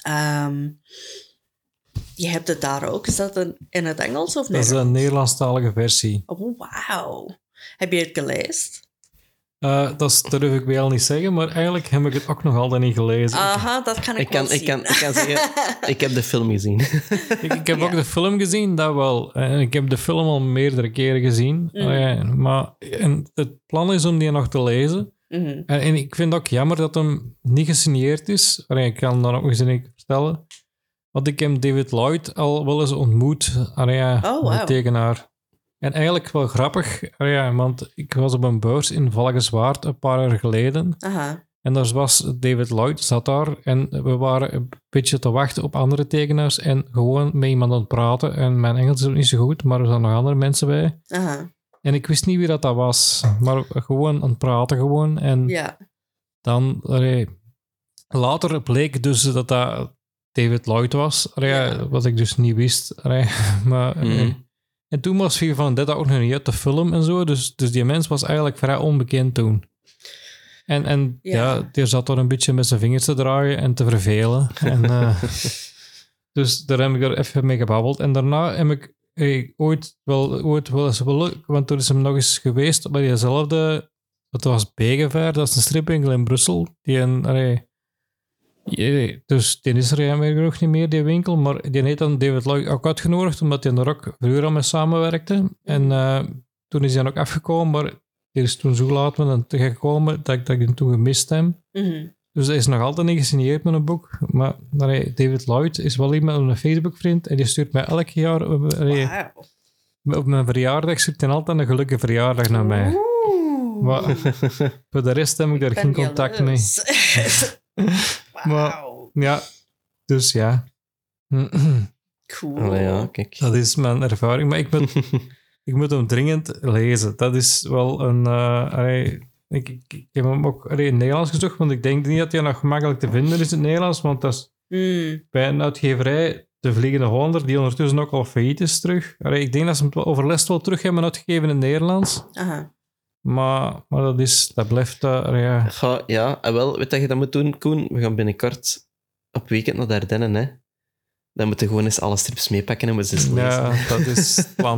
[SPEAKER 2] Je hebt het daar ook. Is dat in het Engels of
[SPEAKER 1] Dat is een Nederlandstalige versie.
[SPEAKER 2] Oh, wauw. Heb je het gelezen?
[SPEAKER 1] Dat durf ik wel niet zeggen, maar eigenlijk heb ik het ook nog altijd niet gelezen.
[SPEAKER 2] Aha, dat kan ik wel zien.
[SPEAKER 3] Ik kan zeggen, ik heb de film gezien.
[SPEAKER 1] Ik heb ook de film gezien, dat wel. Ik heb de film al meerdere keren gezien. Maar het plan is om die nog te lezen. En ik vind het ook jammer dat hem niet gesigneerd is. Ik kan dat ook eens een vertellen. Want ik heb David Lloyd al wel eens ontmoet. De tekenaar. En eigenlijk wel grappig, want ik was op een beurs in Valkenswaard een paar jaar geleden.
[SPEAKER 2] Aha.
[SPEAKER 1] En daar was David Lloyd, zat daar. En we waren een beetje te wachten op andere tekenaars en gewoon met iemand aan het praten. En mijn Engels is ook niet zo goed, maar er zaten nog andere mensen bij.
[SPEAKER 2] Aha.
[SPEAKER 1] En ik wist niet wie dat was, maar gewoon aan het praten gewoon. En dan, later bleek dus dat David Lloyd was, wat ik dus niet wist. Maar... En toen was V van Vendetta ook nog niet uit de film en zo. Dus die mens was eigenlijk vrij onbekend toen. En die zat er een beetje met zijn vingers te draaien en te vervelen. Dus daar heb ik er even mee gebabbeld. En daarna heb ik ooit wel eens... Want toen is hem nog eens geweest bij diezelfde... Dat was Begevaar, dat is een stripwinkel in Brussel. Dus die is er jammer genoeg niet meer, die winkel. Maar die heeft dan David Lloyd ook uitgenodigd, omdat hij er ook vroeger al mee samenwerkte. En toen is hij ook afgekomen, maar die is toen zo laat met hem gekomen dat ik hem toen gemist heb. Dus hij is nog altijd niet gesigneerd met een boek. Maar David Lloyd is wel iemand, een Facebook-vriend, en die stuurt mij elk jaar... Op mijn verjaardag stuurt hij altijd een gelukkige verjaardag naar mij. Maar voor de rest heb ik daar geen contact mee. Maar, ja, dus ja.
[SPEAKER 2] Cool.
[SPEAKER 3] Kijk.
[SPEAKER 1] Dat is mijn ervaring. Maar ik moet hem dringend lezen. Dat is wel een... ik heb hem ook in het Nederlands gezocht, want ik denk niet dat hij nog gemakkelijk te vinden is in het Nederlands, want dat is bij een uitgeverij, De Vliegende Hollander, die ondertussen ook al failliet is terug. Ik denk dat ze hem overlast wel terug hebben uitgegeven in het Nederlands.
[SPEAKER 2] Aha.
[SPEAKER 1] Maar dat blijft...
[SPEAKER 3] Wel, weet dat je dat moet doen, Koen? We gaan binnenkort op weekend naar de Ardennen, hè. Dan moeten we gewoon eens alle strips meepakken en we ze eens lezen.
[SPEAKER 1] Ja, dat is het plan.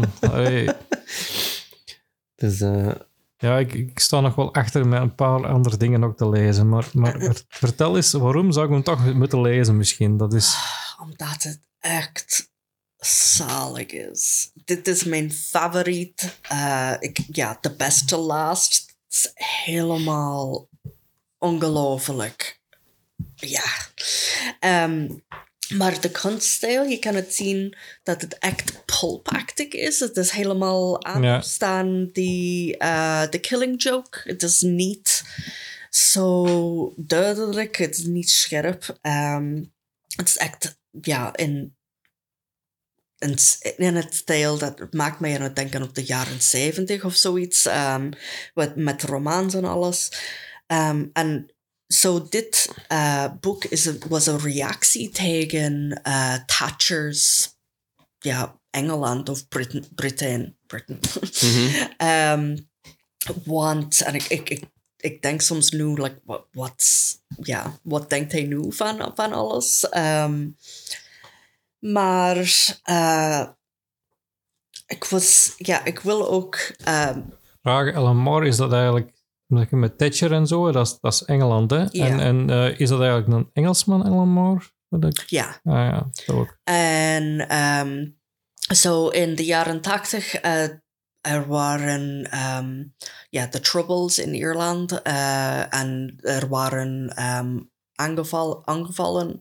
[SPEAKER 3] Dus...
[SPEAKER 1] Ja, ik sta nog wel achter met een paar andere dingen ook te lezen. Maar vertel eens, waarom zou ik hem toch moeten lezen misschien? Dat is...
[SPEAKER 2] Omdat het echt... zalig is. Dit is mijn favoriet. The Beste Last. Het is helemaal ongelooflijk. Ja. Maar de kunststijl, je kan het zien dat het echt pulpachtig is. Het is helemaal anders dan de Killing Joke. Het is niet zo duidelijk. Het is niet scherp. Het is echt, in het stijl, dat maakt mij aan het denken op de jaren 70 of zoiets. Met romans en alles. En dit boek was een reactie tegen Thatcher's Engeland of Britain. Want, en ik denk soms nu, like, wat denkt hij nu van alles? Maar ik wil ook...
[SPEAKER 1] Vraag, Alan Moore, is dat eigenlijk met Thatcher en zo? Dat is Engeland, hè?
[SPEAKER 2] Ja.
[SPEAKER 1] En is dat eigenlijk een Engelsman, Alan Moore?
[SPEAKER 2] Ja.
[SPEAKER 1] Ja, dat ook.
[SPEAKER 2] En zo in de jaren 80... er waren de Troubles in Ierland en er waren aangevallen.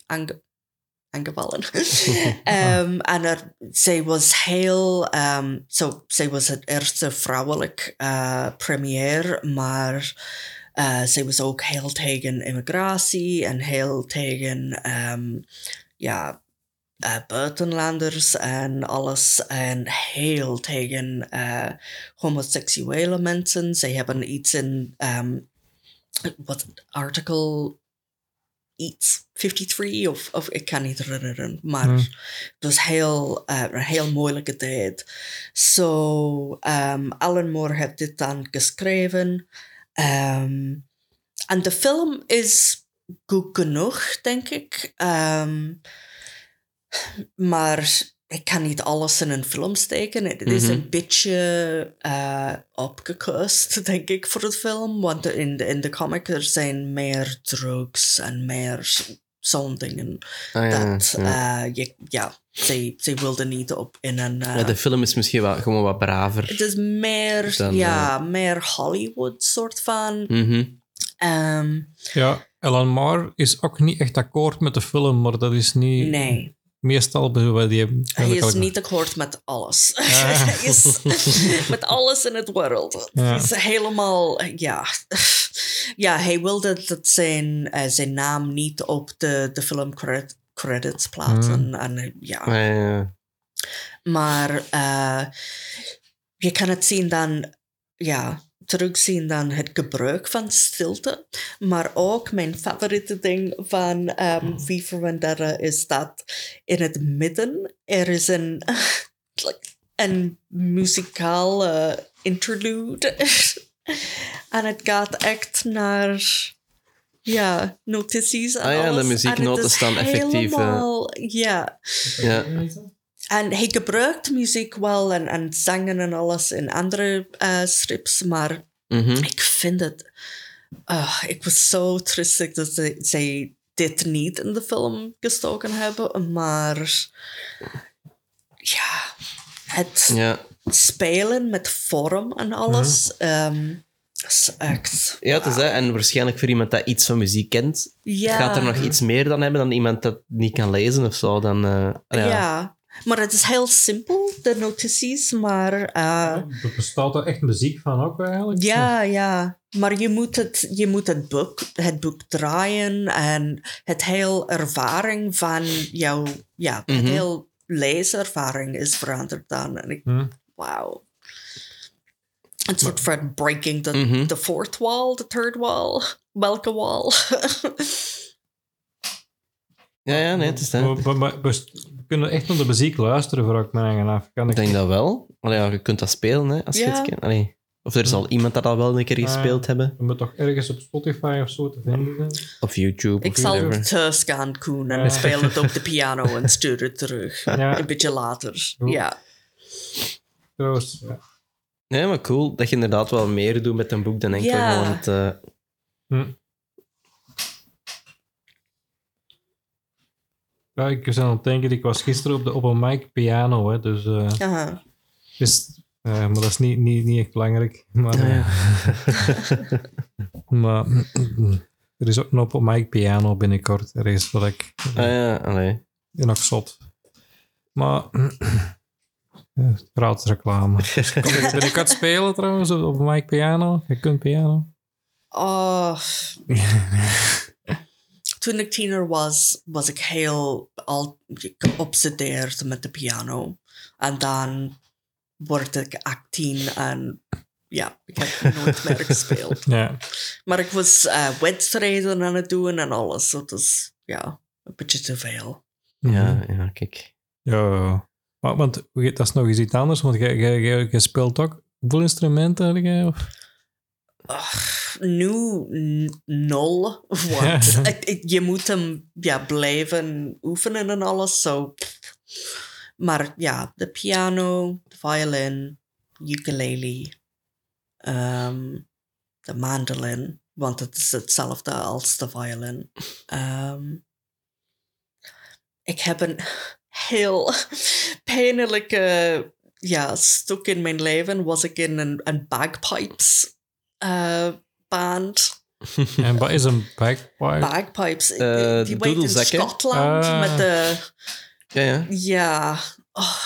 [SPEAKER 2] En zij was heel... zij was het eerste vrouwelijk premier, maar zij was ook heel tegen immigratie en heel tegen... buitenlanders en alles. En heel tegen homoseksuele mensen. Zij hebben iets in... article... iets 53 of ik kan niet herinneren. Maar het was een heel moeilijke tijd. So, Alan Moore heeft dit dan geschreven. En de film is goed genoeg, denk ik. Maar ik kan niet alles in een film steken. Het is een beetje opgekust, denk ik, voor het film. Want in de comic er zijn meer drugs en meer zo'n dingen. Zij wilden niet op in een...
[SPEAKER 3] de film is misschien gewoon wat braver.
[SPEAKER 2] Het is meer, meer Hollywood soort van.
[SPEAKER 1] Alan Moore is ook niet echt akkoord met de film, maar dat is niet...
[SPEAKER 2] Nee.
[SPEAKER 1] Meestal
[SPEAKER 2] hij is niet akkoord met alles. Hij is met alles in het wereld. Het is helemaal... hij wilde dat zijn naam niet op de film credits plaatsen. Maar je kan het zien dan... terugzien dan het gebruik van stilte. Maar ook mijn favoriete ding van V for Vendetta is dat in het midden er is een muzikale interlude. En het gaat echt naar notities en alles.
[SPEAKER 3] De muzieknoten staan effectief.
[SPEAKER 2] En hij gebruikt muziek wel en zangen en alles in andere strips, maar ik vind het... ik was zo trustig dat zij dit niet in de film gestoken hebben, maar het spelen met vorm en alles is echt...
[SPEAKER 3] Ja, het is dat. En waarschijnlijk voor iemand dat iets van muziek kent, gaat er nog iets meer dan hebben dan iemand dat niet kan lezen of zo. Dan,
[SPEAKER 2] maar het is heel simpel, de notities, maar...
[SPEAKER 1] Er bestaat er echt muziek van ook eigenlijk?
[SPEAKER 2] Ja. Maar je moet het boek draaien en het heel ervaring van jou... het heel leeservaring is veranderd dan. En ik... Wauw. Een soort van breaking the fourth wall, the third wall. Welke wall?
[SPEAKER 3] Nee, het is dat.
[SPEAKER 1] We kunnen echt naar de muziek luisteren, vraag ik me eigenlijk af.
[SPEAKER 3] Ik denk dat wel. Je kunt dat spelen, hè, als je het kent. Of er zal iemand dat al wel een keer gespeeld hebben.
[SPEAKER 1] We moeten toch ergens op Spotify of zo te vinden zijn?
[SPEAKER 3] Of YouTube.
[SPEAKER 2] Ik zal het thuis gaan doen en speel het op de piano en stuur het terug. Een beetje later.
[SPEAKER 1] Trouwens,
[SPEAKER 3] Nee, maar cool dat je inderdaad wel meer doet met een boek dan enkel gewoon het...
[SPEAKER 1] Ja, ik was aan het denken, ik was gisteren op een mic piano, hè, dus... maar dat is niet echt belangrijk. Maar, maar er is ook een open mic piano binnenkort. Er is wat ik... En ook zot. Maar... gratis reclame. Ben ik aan het spelen trouwens op een mic piano? Je kunt piano?
[SPEAKER 2] Toen ik tiener was ik heel geobsedeerd met de piano. En dan word ik 18 en ja, ik heb nooit meer gespeeld.
[SPEAKER 1] Ja.
[SPEAKER 2] Maar ik was wedstrijden aan het doen en alles. Dat is, ja, een beetje te veel.
[SPEAKER 3] Ja, kijk.
[SPEAKER 1] Ja. Maar, want dat is nog eens iets anders, want jij speelt ook. Hoeveel instrumenten heb jij? Of?
[SPEAKER 2] Nu 0, want je moet hem blijven oefenen en alles. So. Maar ja, de piano, de violin, ukulele, de mandolin, want het is hetzelfde als de violin. Ik heb een heel pijnlijke stuk in mijn leven. Was ik in een bagpipes band.
[SPEAKER 1] En wat is een bagpipe?
[SPEAKER 2] Bagpipes. Die werkt in Schotland met de...
[SPEAKER 3] Ja.
[SPEAKER 2] Ja. Oh.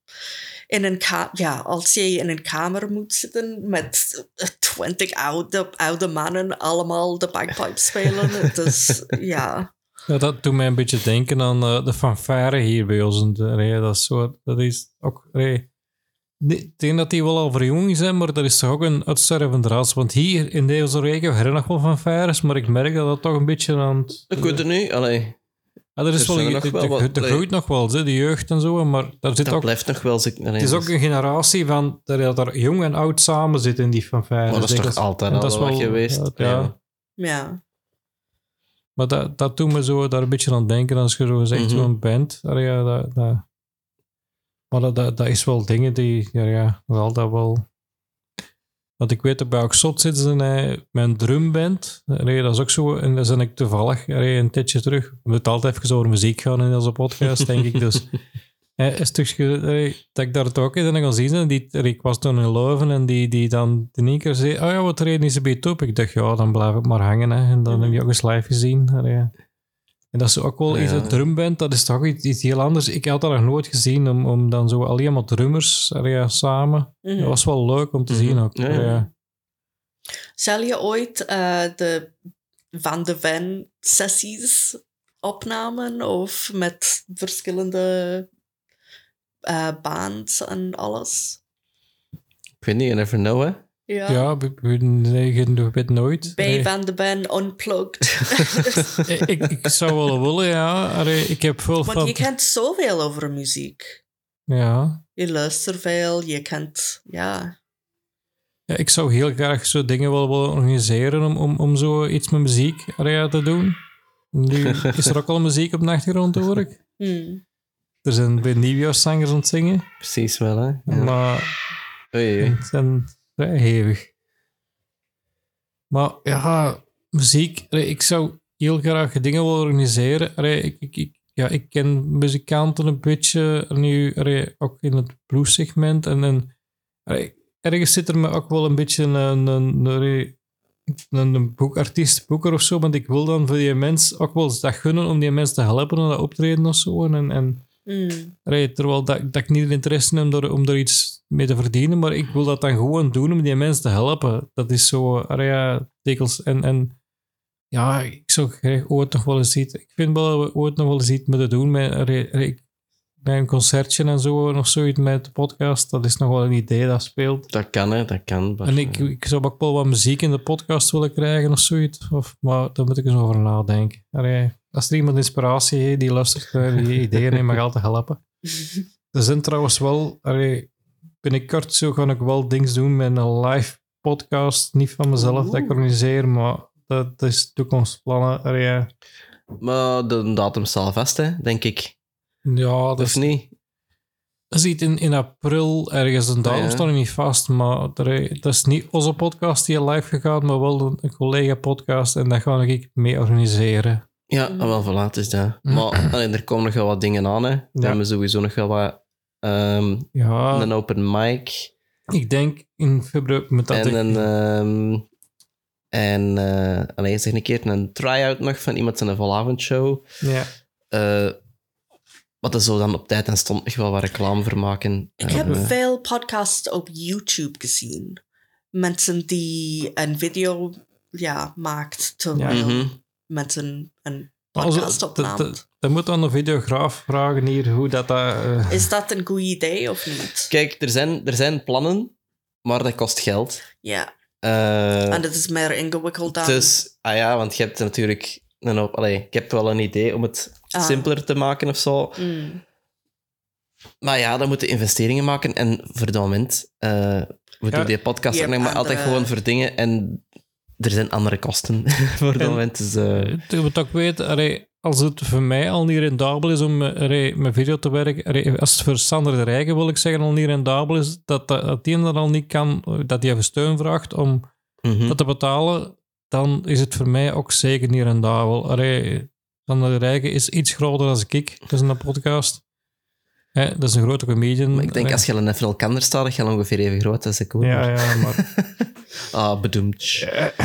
[SPEAKER 2] Als je in een kamer moet zitten met 20 oude mannen allemaal de bagpipes spelen. Dus ja...
[SPEAKER 1] Ja, dat doet mij een beetje denken aan de fanfare hier bij ons. Dat is ook... Ik denk dat die wel al verjonging zijn, maar dat is toch ook een uitstervend ras. Want hier in deze regio herinner ik nog wel fanfares, maar ik merk dat dat toch een beetje aan het...
[SPEAKER 3] Ik weet het niet, allee.
[SPEAKER 1] Ja, er is er groeit nog wel, de jeugd en zo, maar daar zit
[SPEAKER 3] dat
[SPEAKER 1] ook...
[SPEAKER 3] blijft nog wel...
[SPEAKER 1] Het is ook een generatie van dat er jong en oud samen zit in die fanfares.
[SPEAKER 3] Maar dat is toch altijd al wat geweest?
[SPEAKER 2] Ja.
[SPEAKER 1] Maar dat doet me zo daar een beetje aan denken als je zo zegt, zo'n band. Maar dat is wel dingen die, wel dat wel... Want ik weet dat bij Oxot zitten ze met een drumband. Dat is ook zo, en daar ben ik toevallig een tijdje terug. We moeten altijd even over muziek gaan in onze podcast, denk ik. Dus een stukje dat ik daar ook in gaan zien. Ik was toen in Leuven en die dan in één keer zei, oh ja, wat reden is een beetje op. Ik dacht, ja, dan blijf ik maar hangen. En dan heb je ook eens live gezien. En dat is ook wel iets, een drumband, dat is toch iets heel anders. Ik had dat nog nooit gezien, om dan zo alleen maar drummers samen. Dat was wel leuk om te zien ook.
[SPEAKER 2] Zal je ooit de Van de Ven sessies opnamen of met verschillende bands en alles?
[SPEAKER 3] Ik weet niet, you never know, hè?
[SPEAKER 1] Ja, je weet nooit.
[SPEAKER 2] Bij Van de Ven Unplugged.
[SPEAKER 1] ik zou wel willen, ja. Ik heb veel
[SPEAKER 2] Want je kent zoveel over muziek.
[SPEAKER 1] Ja.
[SPEAKER 2] Je luistert veel, je kent... Ja,
[SPEAKER 1] ik zou heel graag zo dingen willen organiseren om zo iets met muziek te doen. Nu is er ook al muziek op de achtergrond, hoor ik. Er zijn bij nieuwjaarszangers aan het zingen.
[SPEAKER 3] Precies wel, hè. Ja.
[SPEAKER 1] Maar...
[SPEAKER 3] Oei.
[SPEAKER 1] Het zijn vrij hevig. Maar ja, muziek... Ik zou heel graag dingen willen organiseren. Ik ken muzikanten een beetje nu ook in het blues-segment. En ergens zit er me ook wel een beetje een boeker of zo, want ik wil dan voor die mens ook wel eens dat gunnen om die mensen te helpen aan dat optreden of zo. Terwijl dat ik niet de interesse heb om er iets mee te verdienen, maar ik wil dat dan gewoon doen om die mensen te helpen. Dat is zo, dikwijls. En ja, ik zou graag ooit nog wel eens iets... Ik vind wel dat we ooit nog wel eens iets moeten doen met een concertje en zo, nog zoiets met de podcast. Dat is nog wel een idee dat speelt.
[SPEAKER 3] Dat kan, hè. Dat kan.
[SPEAKER 1] En ik zou ook wel wat muziek in de podcast willen krijgen of zoiets. Maar daar moet ik eens over nadenken. Als er iemand inspiratie heeft die luistert, die ideeën heeft, mag altijd helpen. Er zijn trouwens wel... binnenkort zo ga ik wel dingen doen met een live podcast. Niet van mezelf dat ik organiseer, maar dat is toekomstplannen.
[SPEAKER 3] Maar de datum staat vast, hè, denk ik.
[SPEAKER 1] Ja, dat
[SPEAKER 3] of niet?
[SPEAKER 1] Dat is iets in april ergens. Een datum staat nog niet vast, maar dat is niet onze podcast die live gegaan, maar wel een collega-podcast en dat ga ik mee organiseren.
[SPEAKER 3] Ja, wel verlaat is dat. Maar er komen nog wel wat dingen aan, hè. We hebben sowieso nog wel wat... een open mic.
[SPEAKER 1] Ik denk in februari...
[SPEAKER 3] Zeg een keer een try-out nog van iemand zijn volavondshow.
[SPEAKER 1] Ja.
[SPEAKER 3] Wat er zo dan op tijd en stond nog wel wat reclame voor maken.
[SPEAKER 2] Ik heb veel podcasts op YouTube gezien. Mensen die een video maakt terwijl mensen een podcast opneemt.
[SPEAKER 1] Dan moet dan een videograaf vragen hier hoe dat...
[SPEAKER 2] Is dat een goed idee of niet?
[SPEAKER 3] Kijk, er zijn plannen maar dat kost geld.
[SPEAKER 2] Ja.
[SPEAKER 3] Eh,
[SPEAKER 2] En het is meer ingewikkeld dan...
[SPEAKER 3] dus, want je hebt natuurlijk... ik heb wel een idee om het simpeler te maken of zo. Maar ja, dan moeten investeringen maken. En voor het moment... we doen die podcast ook nog maar altijd gewoon voor dingen. En er zijn andere kosten voor het moment. Dus,
[SPEAKER 1] je moet ook weten, als het voor mij al niet rendabel is om met video te werken, als het voor Sander de Rijken, wil ik zeggen, al niet rendabel is, dat die dat al niet kan, dat hij even steun vraagt om dat te betalen, dan is het voor mij ook zeker niet rendabel. Sander de Rijken is iets groter dan ik, dus in de podcast. Dat is een grote comedian.
[SPEAKER 3] Maar ik denk, als je dan even elkaar staat, dat je dan ongeveer even groot als ik.
[SPEAKER 1] Ja, maar...
[SPEAKER 3] bedoemd.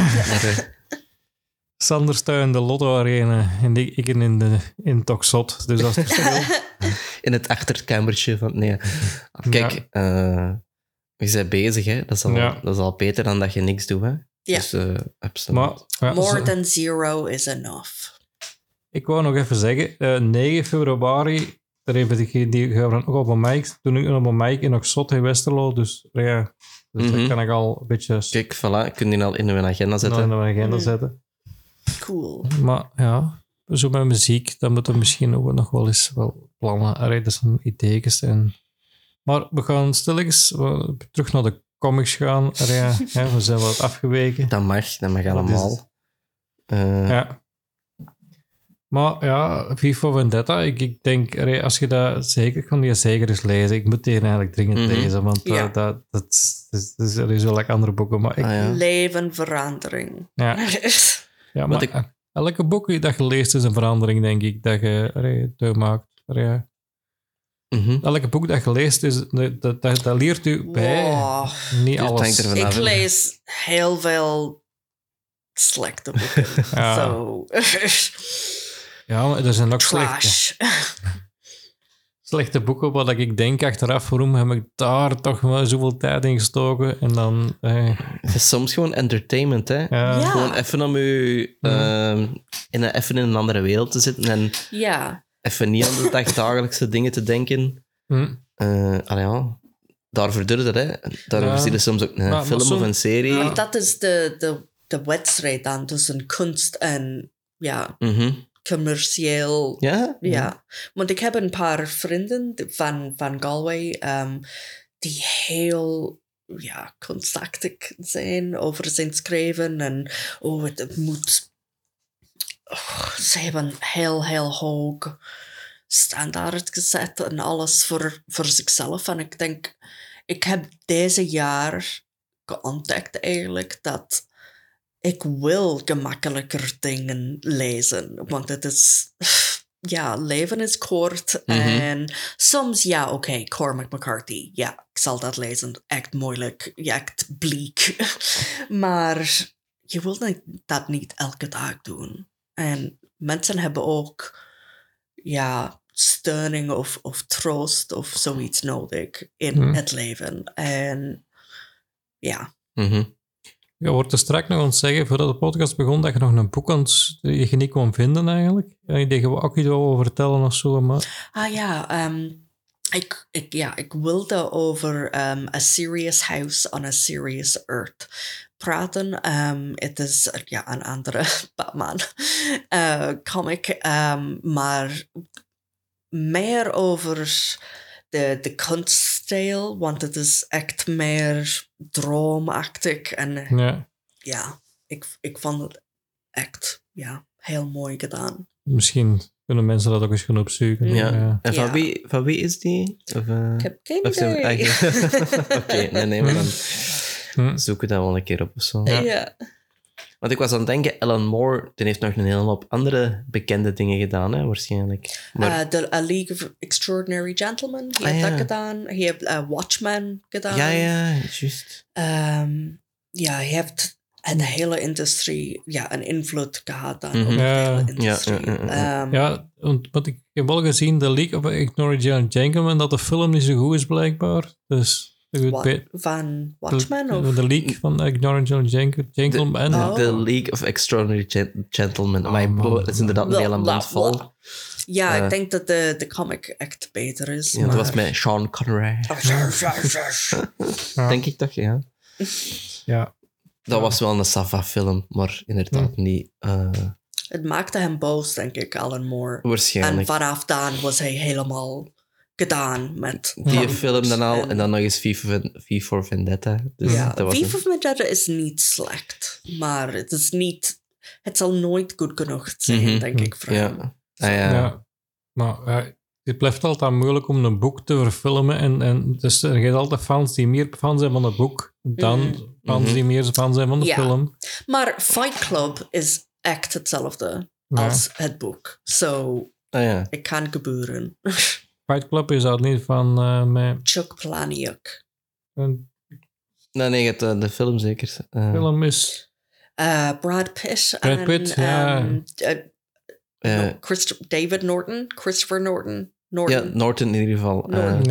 [SPEAKER 1] Sander staat in de Lotto Arena en ik in het Toxot. Dus dat is verschil.
[SPEAKER 3] In het achterkamertje van... Nee. Kijk, je bent bezig, hè. Dat is al beter dan dat je niks doet, hè.
[SPEAKER 2] Ja.
[SPEAKER 3] Dus, absoluut.
[SPEAKER 2] More than zero is enough.
[SPEAKER 1] Ik wou nog even zeggen, 9 februari... Daar hebben die gaan ook op een mic. Toen ik op een mic in Oxot in Westerlo. Dus ja, dat kan ik al een beetje...
[SPEAKER 3] Kijk, voilà. Kun je al in mijn agenda zetten.
[SPEAKER 1] In mijn agenda zetten.
[SPEAKER 2] Cool.
[SPEAKER 1] Maar ja, zo met muziek, dan moeten we misschien ook nog wel eens plannen. Dat zijn ideetjes. Maar we gaan stilletjes terug naar de comics gaan. We zijn wat afgeweken.
[SPEAKER 3] Dat mag allemaal.
[SPEAKER 1] Ja. Maar ja, V for Vendetta, ik denk, als je dat zeker, ik kan die zeker eens lezen. Ik moet die eigenlijk dringend lezen, want er is wel andere boeken. Maar
[SPEAKER 2] Levenverandering.
[SPEAKER 1] Ja, maar elke boek dat je leest is een verandering, denk ik, dat je doormaakt. Elke boek dat je leest, dat leert u bij. Niet alles.
[SPEAKER 2] Ik lees heel veel slechte boeken.
[SPEAKER 1] Ja, maar er zijn ook slechte boeken waar ik denk achteraf, waarom heb ik daar toch wel zoveel tijd in gestoken? En dan...
[SPEAKER 3] Het is soms gewoon entertainment, hè?
[SPEAKER 1] Ja.
[SPEAKER 3] Gewoon even om u even in een andere wereld te zitten en even niet aan de dagelijkse dingen te denken. Daarvoor duurt het, hè? Daarvoor zie je soms ook een film of een serie.
[SPEAKER 2] Want dat is de wedstrijd dan tussen kunst en commercieel. Ja. Want ik heb een paar vrienden van Galway die heel kunstachtig zijn over zijn schrijven en het moet... ze hebben heel, heel hoog standaard gezet en alles voor zichzelf. En ik denk, ik heb deze jaar geontdekt eigenlijk dat ik wil gemakkelijker dingen lezen. Want het is... leven is kort. En soms, Cormac McCarthy. Ja, ik zal dat lezen. Echt moeilijk. Echt bleek. Maar je wil dat niet elke dag doen. En mensen hebben ook... steuning of troost of zoiets nodig in het leven. En
[SPEAKER 1] Je wordt er straks nog aan het zeggen, voordat de podcast begon, dat je nog een boek je niet kon vinden eigenlijk. Ik denk dat we ook iets over vertellen of zo. Maar...
[SPEAKER 2] Ik wilde over A Serious House on a Serious Earth praten. Het is een andere Batman comic, maar meer over de kunststijl, want het is echt meer droomachtig. En ik vond het echt heel mooi gedaan.
[SPEAKER 1] Misschien kunnen mensen dat ook eens gaan opzoeken.
[SPEAKER 3] Ja. En van wie is die? Of,
[SPEAKER 2] ik heb geen idee.
[SPEAKER 3] Oké, nee, maar dan zoeken we dat wel een keer op of zo.
[SPEAKER 2] Ja.
[SPEAKER 3] Want ik was aan het denken, Alan Moore, die heeft nog een hele hoop andere bekende dingen gedaan, hè, waarschijnlijk. Maar...
[SPEAKER 2] A League of Extraordinary Gentlemen, hij heeft dat gedaan. Hij heeft Watchmen gedaan.
[SPEAKER 3] Ja, juist.
[SPEAKER 2] Hij heeft de hele industrie een invloed gehad dan op de hele industrie.
[SPEAKER 1] Want ik heb wel gezien, The League of Extraordinary Gentlemen, dat de film niet zo goed is blijkbaar. Dus...
[SPEAKER 2] Van Watchmen?
[SPEAKER 1] The League van Extraordinary Gentlemen.
[SPEAKER 3] The League of Extraordinary Gentlemen. Dat is inderdaad een hele mond vol.
[SPEAKER 2] Ja, ik denk dat de comic echt beter is.
[SPEAKER 3] Ja, dat was met Sean Connery. Denk ik toch, ja.
[SPEAKER 1] Ja.
[SPEAKER 3] Dat was wel een Sava-film, maar inderdaad niet...
[SPEAKER 2] Het maakte hem boos, denk ik, Alan Moore.
[SPEAKER 3] waarschijnlijk.
[SPEAKER 2] En vanaf dan was hij helemaal gedaan met...
[SPEAKER 3] Die film dan al, en dan nog eens V for Vendetta. Dus
[SPEAKER 2] Ja,
[SPEAKER 3] dat was
[SPEAKER 2] V for Vendetta is niet slecht, maar het is niet... Het zal nooit goed genoeg zijn, denk ik, voor hem.
[SPEAKER 1] Ja. Maar het blijft altijd moeilijk om een boek te verfilmen. En dus er zijn altijd fans die meer fan zijn van het boek dan fans die meer fan zijn van de film.
[SPEAKER 2] Maar Fight Club is echt hetzelfde als het boek. So, het kan gebeuren.
[SPEAKER 1] Fight Club is dat niet van mij.
[SPEAKER 2] Chuck Palahniuk.
[SPEAKER 3] Nee, het, de film zeker.
[SPEAKER 1] De film is...
[SPEAKER 2] Brad Pitt.
[SPEAKER 1] Brad Pitt,
[SPEAKER 2] David Norton. Christopher Norton.
[SPEAKER 3] Ja, Norton in ieder geval.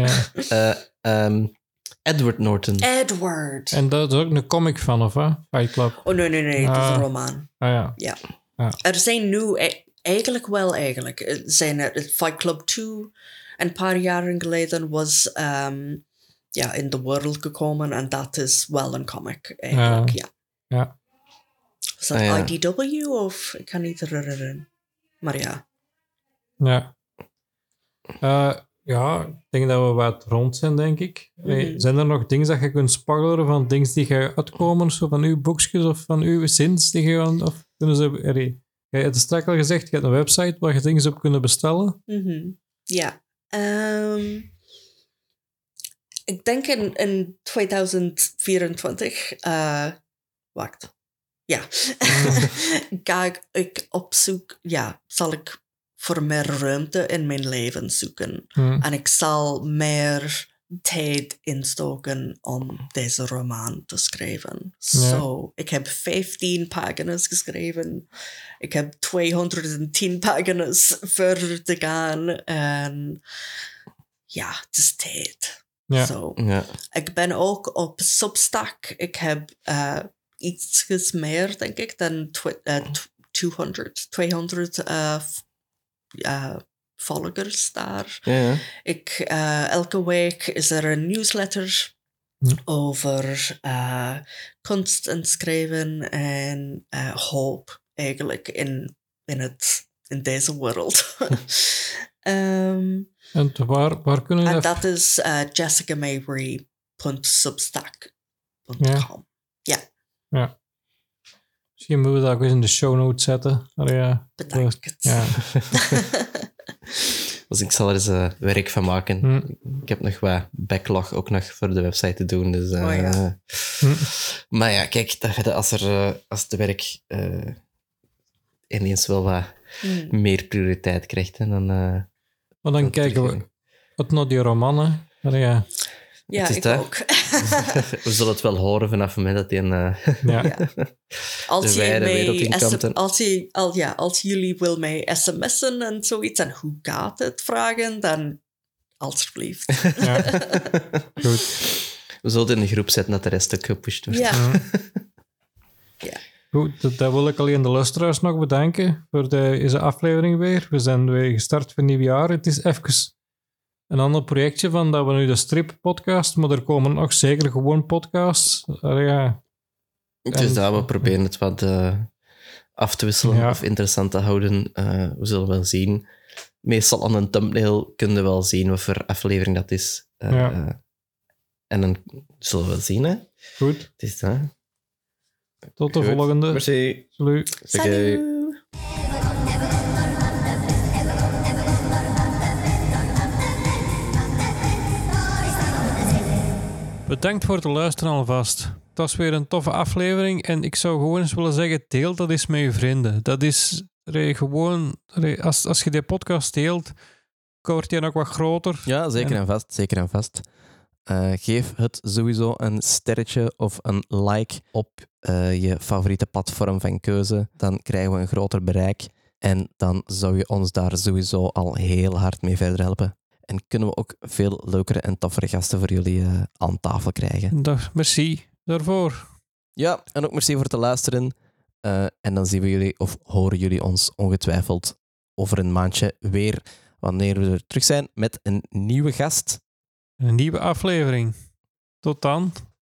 [SPEAKER 3] Edward Norton.
[SPEAKER 2] Edward.
[SPEAKER 1] En daar is ook een comic van, of hè? Fight Club.
[SPEAKER 2] Oh, nee. Het is een roman.
[SPEAKER 1] Ja.
[SPEAKER 2] Er zijn nu... Eigenlijk zijn er Fight Club 2 een paar jaren geleden was in de wereld gekomen en dat is wel een comic eigenlijk,
[SPEAKER 1] ja.
[SPEAKER 2] Was dat IDW of... Ik kan niet herinneren. Maar ja.
[SPEAKER 1] Ja, ik denk dat we wat rond zijn, denk ik. Zijn er nog dingen dat je kunt spoileren van dingen die gaan uitkomen, zo van uw boekjes of van uw zins die je gaan... Of kunnen ze... Je hebt straks al gezegd, je hebt een website waar je dingen op kunnen bestellen.
[SPEAKER 2] Ja. Ik denk in 2024... wacht. Ja. Ga ik op zoek... Ja, zal ik voor meer ruimte in mijn leven zoeken. En ik zal meer tijd instoken om deze roman te schrijven. Zo, ik heb 15 pagina's geschreven. Ik heb 210 pagina's verder te gaan. En ja, het is tijd. Ik ben ook op Substack. Ik heb iets meer, denk ik, dan 200 volgers daar. Elke week is er een newsletter over kunst en schrijven en hoop eigenlijk in deze wereld.
[SPEAKER 1] En waar kunnen we...
[SPEAKER 2] En dat is jessicamabry.substack.com.
[SPEAKER 1] Ja. Misschien moeten we dat ook eens in de show notes zetten.
[SPEAKER 2] Bedankt.
[SPEAKER 1] Ja.
[SPEAKER 3] Dus ik zal er eens werk van maken. Ik heb nog wat backlog ook nog voor de website te doen. Dus, maar ja, kijk, als de werk ineens wel wat meer prioriteit krijgt, dan...
[SPEAKER 1] maar dan kijken we wat naar die romannen.
[SPEAKER 2] Ja, ik ook.
[SPEAKER 3] We zullen het wel horen vanaf het moment dat die
[SPEAKER 2] als
[SPEAKER 3] de wijde wereld inkomt.
[SPEAKER 2] Als jullie wil mij sms'en en zoiets en hoe gaat het vragen, dan alsjeblieft.
[SPEAKER 1] Ja. Goed.
[SPEAKER 3] We zullen het in de groep zetten dat de rest ook gepusht wordt.
[SPEAKER 2] Ja.
[SPEAKER 1] Goed, dat wil ik alleen de luisteraars nog bedanken voor deze aflevering weer. We zijn weer gestart voor nieuw jaar. Het is even een ander projectje van dat we nu de strip-podcast, maar er komen nog zeker gewoon podcasts.
[SPEAKER 3] Dus we proberen het wat af te wisselen of interessant te houden. We zullen wel zien. Meestal aan een thumbnail kunnen we wel zien wat voor aflevering dat is. En dan zullen we wel zien. Hè?
[SPEAKER 1] Goed.
[SPEAKER 3] Het is dat.
[SPEAKER 1] Tot de volgende.
[SPEAKER 3] Merci.
[SPEAKER 1] Salut.
[SPEAKER 2] Salut.
[SPEAKER 1] Bedankt voor het luisteren alvast. Het was weer een toffe aflevering en ik zou gewoon eens willen zeggen, deel dat eens met je vrienden. Dat is gewoon, als je die podcast deelt, wordt die ook wat groter.
[SPEAKER 3] Ja, zeker en vast. Geef het sowieso een sterretje of een like op je favoriete platform van keuze. Dan krijgen we een groter bereik en dan zou je ons daar sowieso al heel hard mee verder helpen. En kunnen we ook veel leukere en toffere gasten voor jullie aan tafel krijgen.
[SPEAKER 1] Merci daarvoor.
[SPEAKER 3] Ja, en ook merci voor het luisteren. En dan zien we jullie of horen jullie ons ongetwijfeld over een maandje weer, wanneer we er terug zijn met een nieuwe gast.
[SPEAKER 1] Een nieuwe aflevering. Tot dan.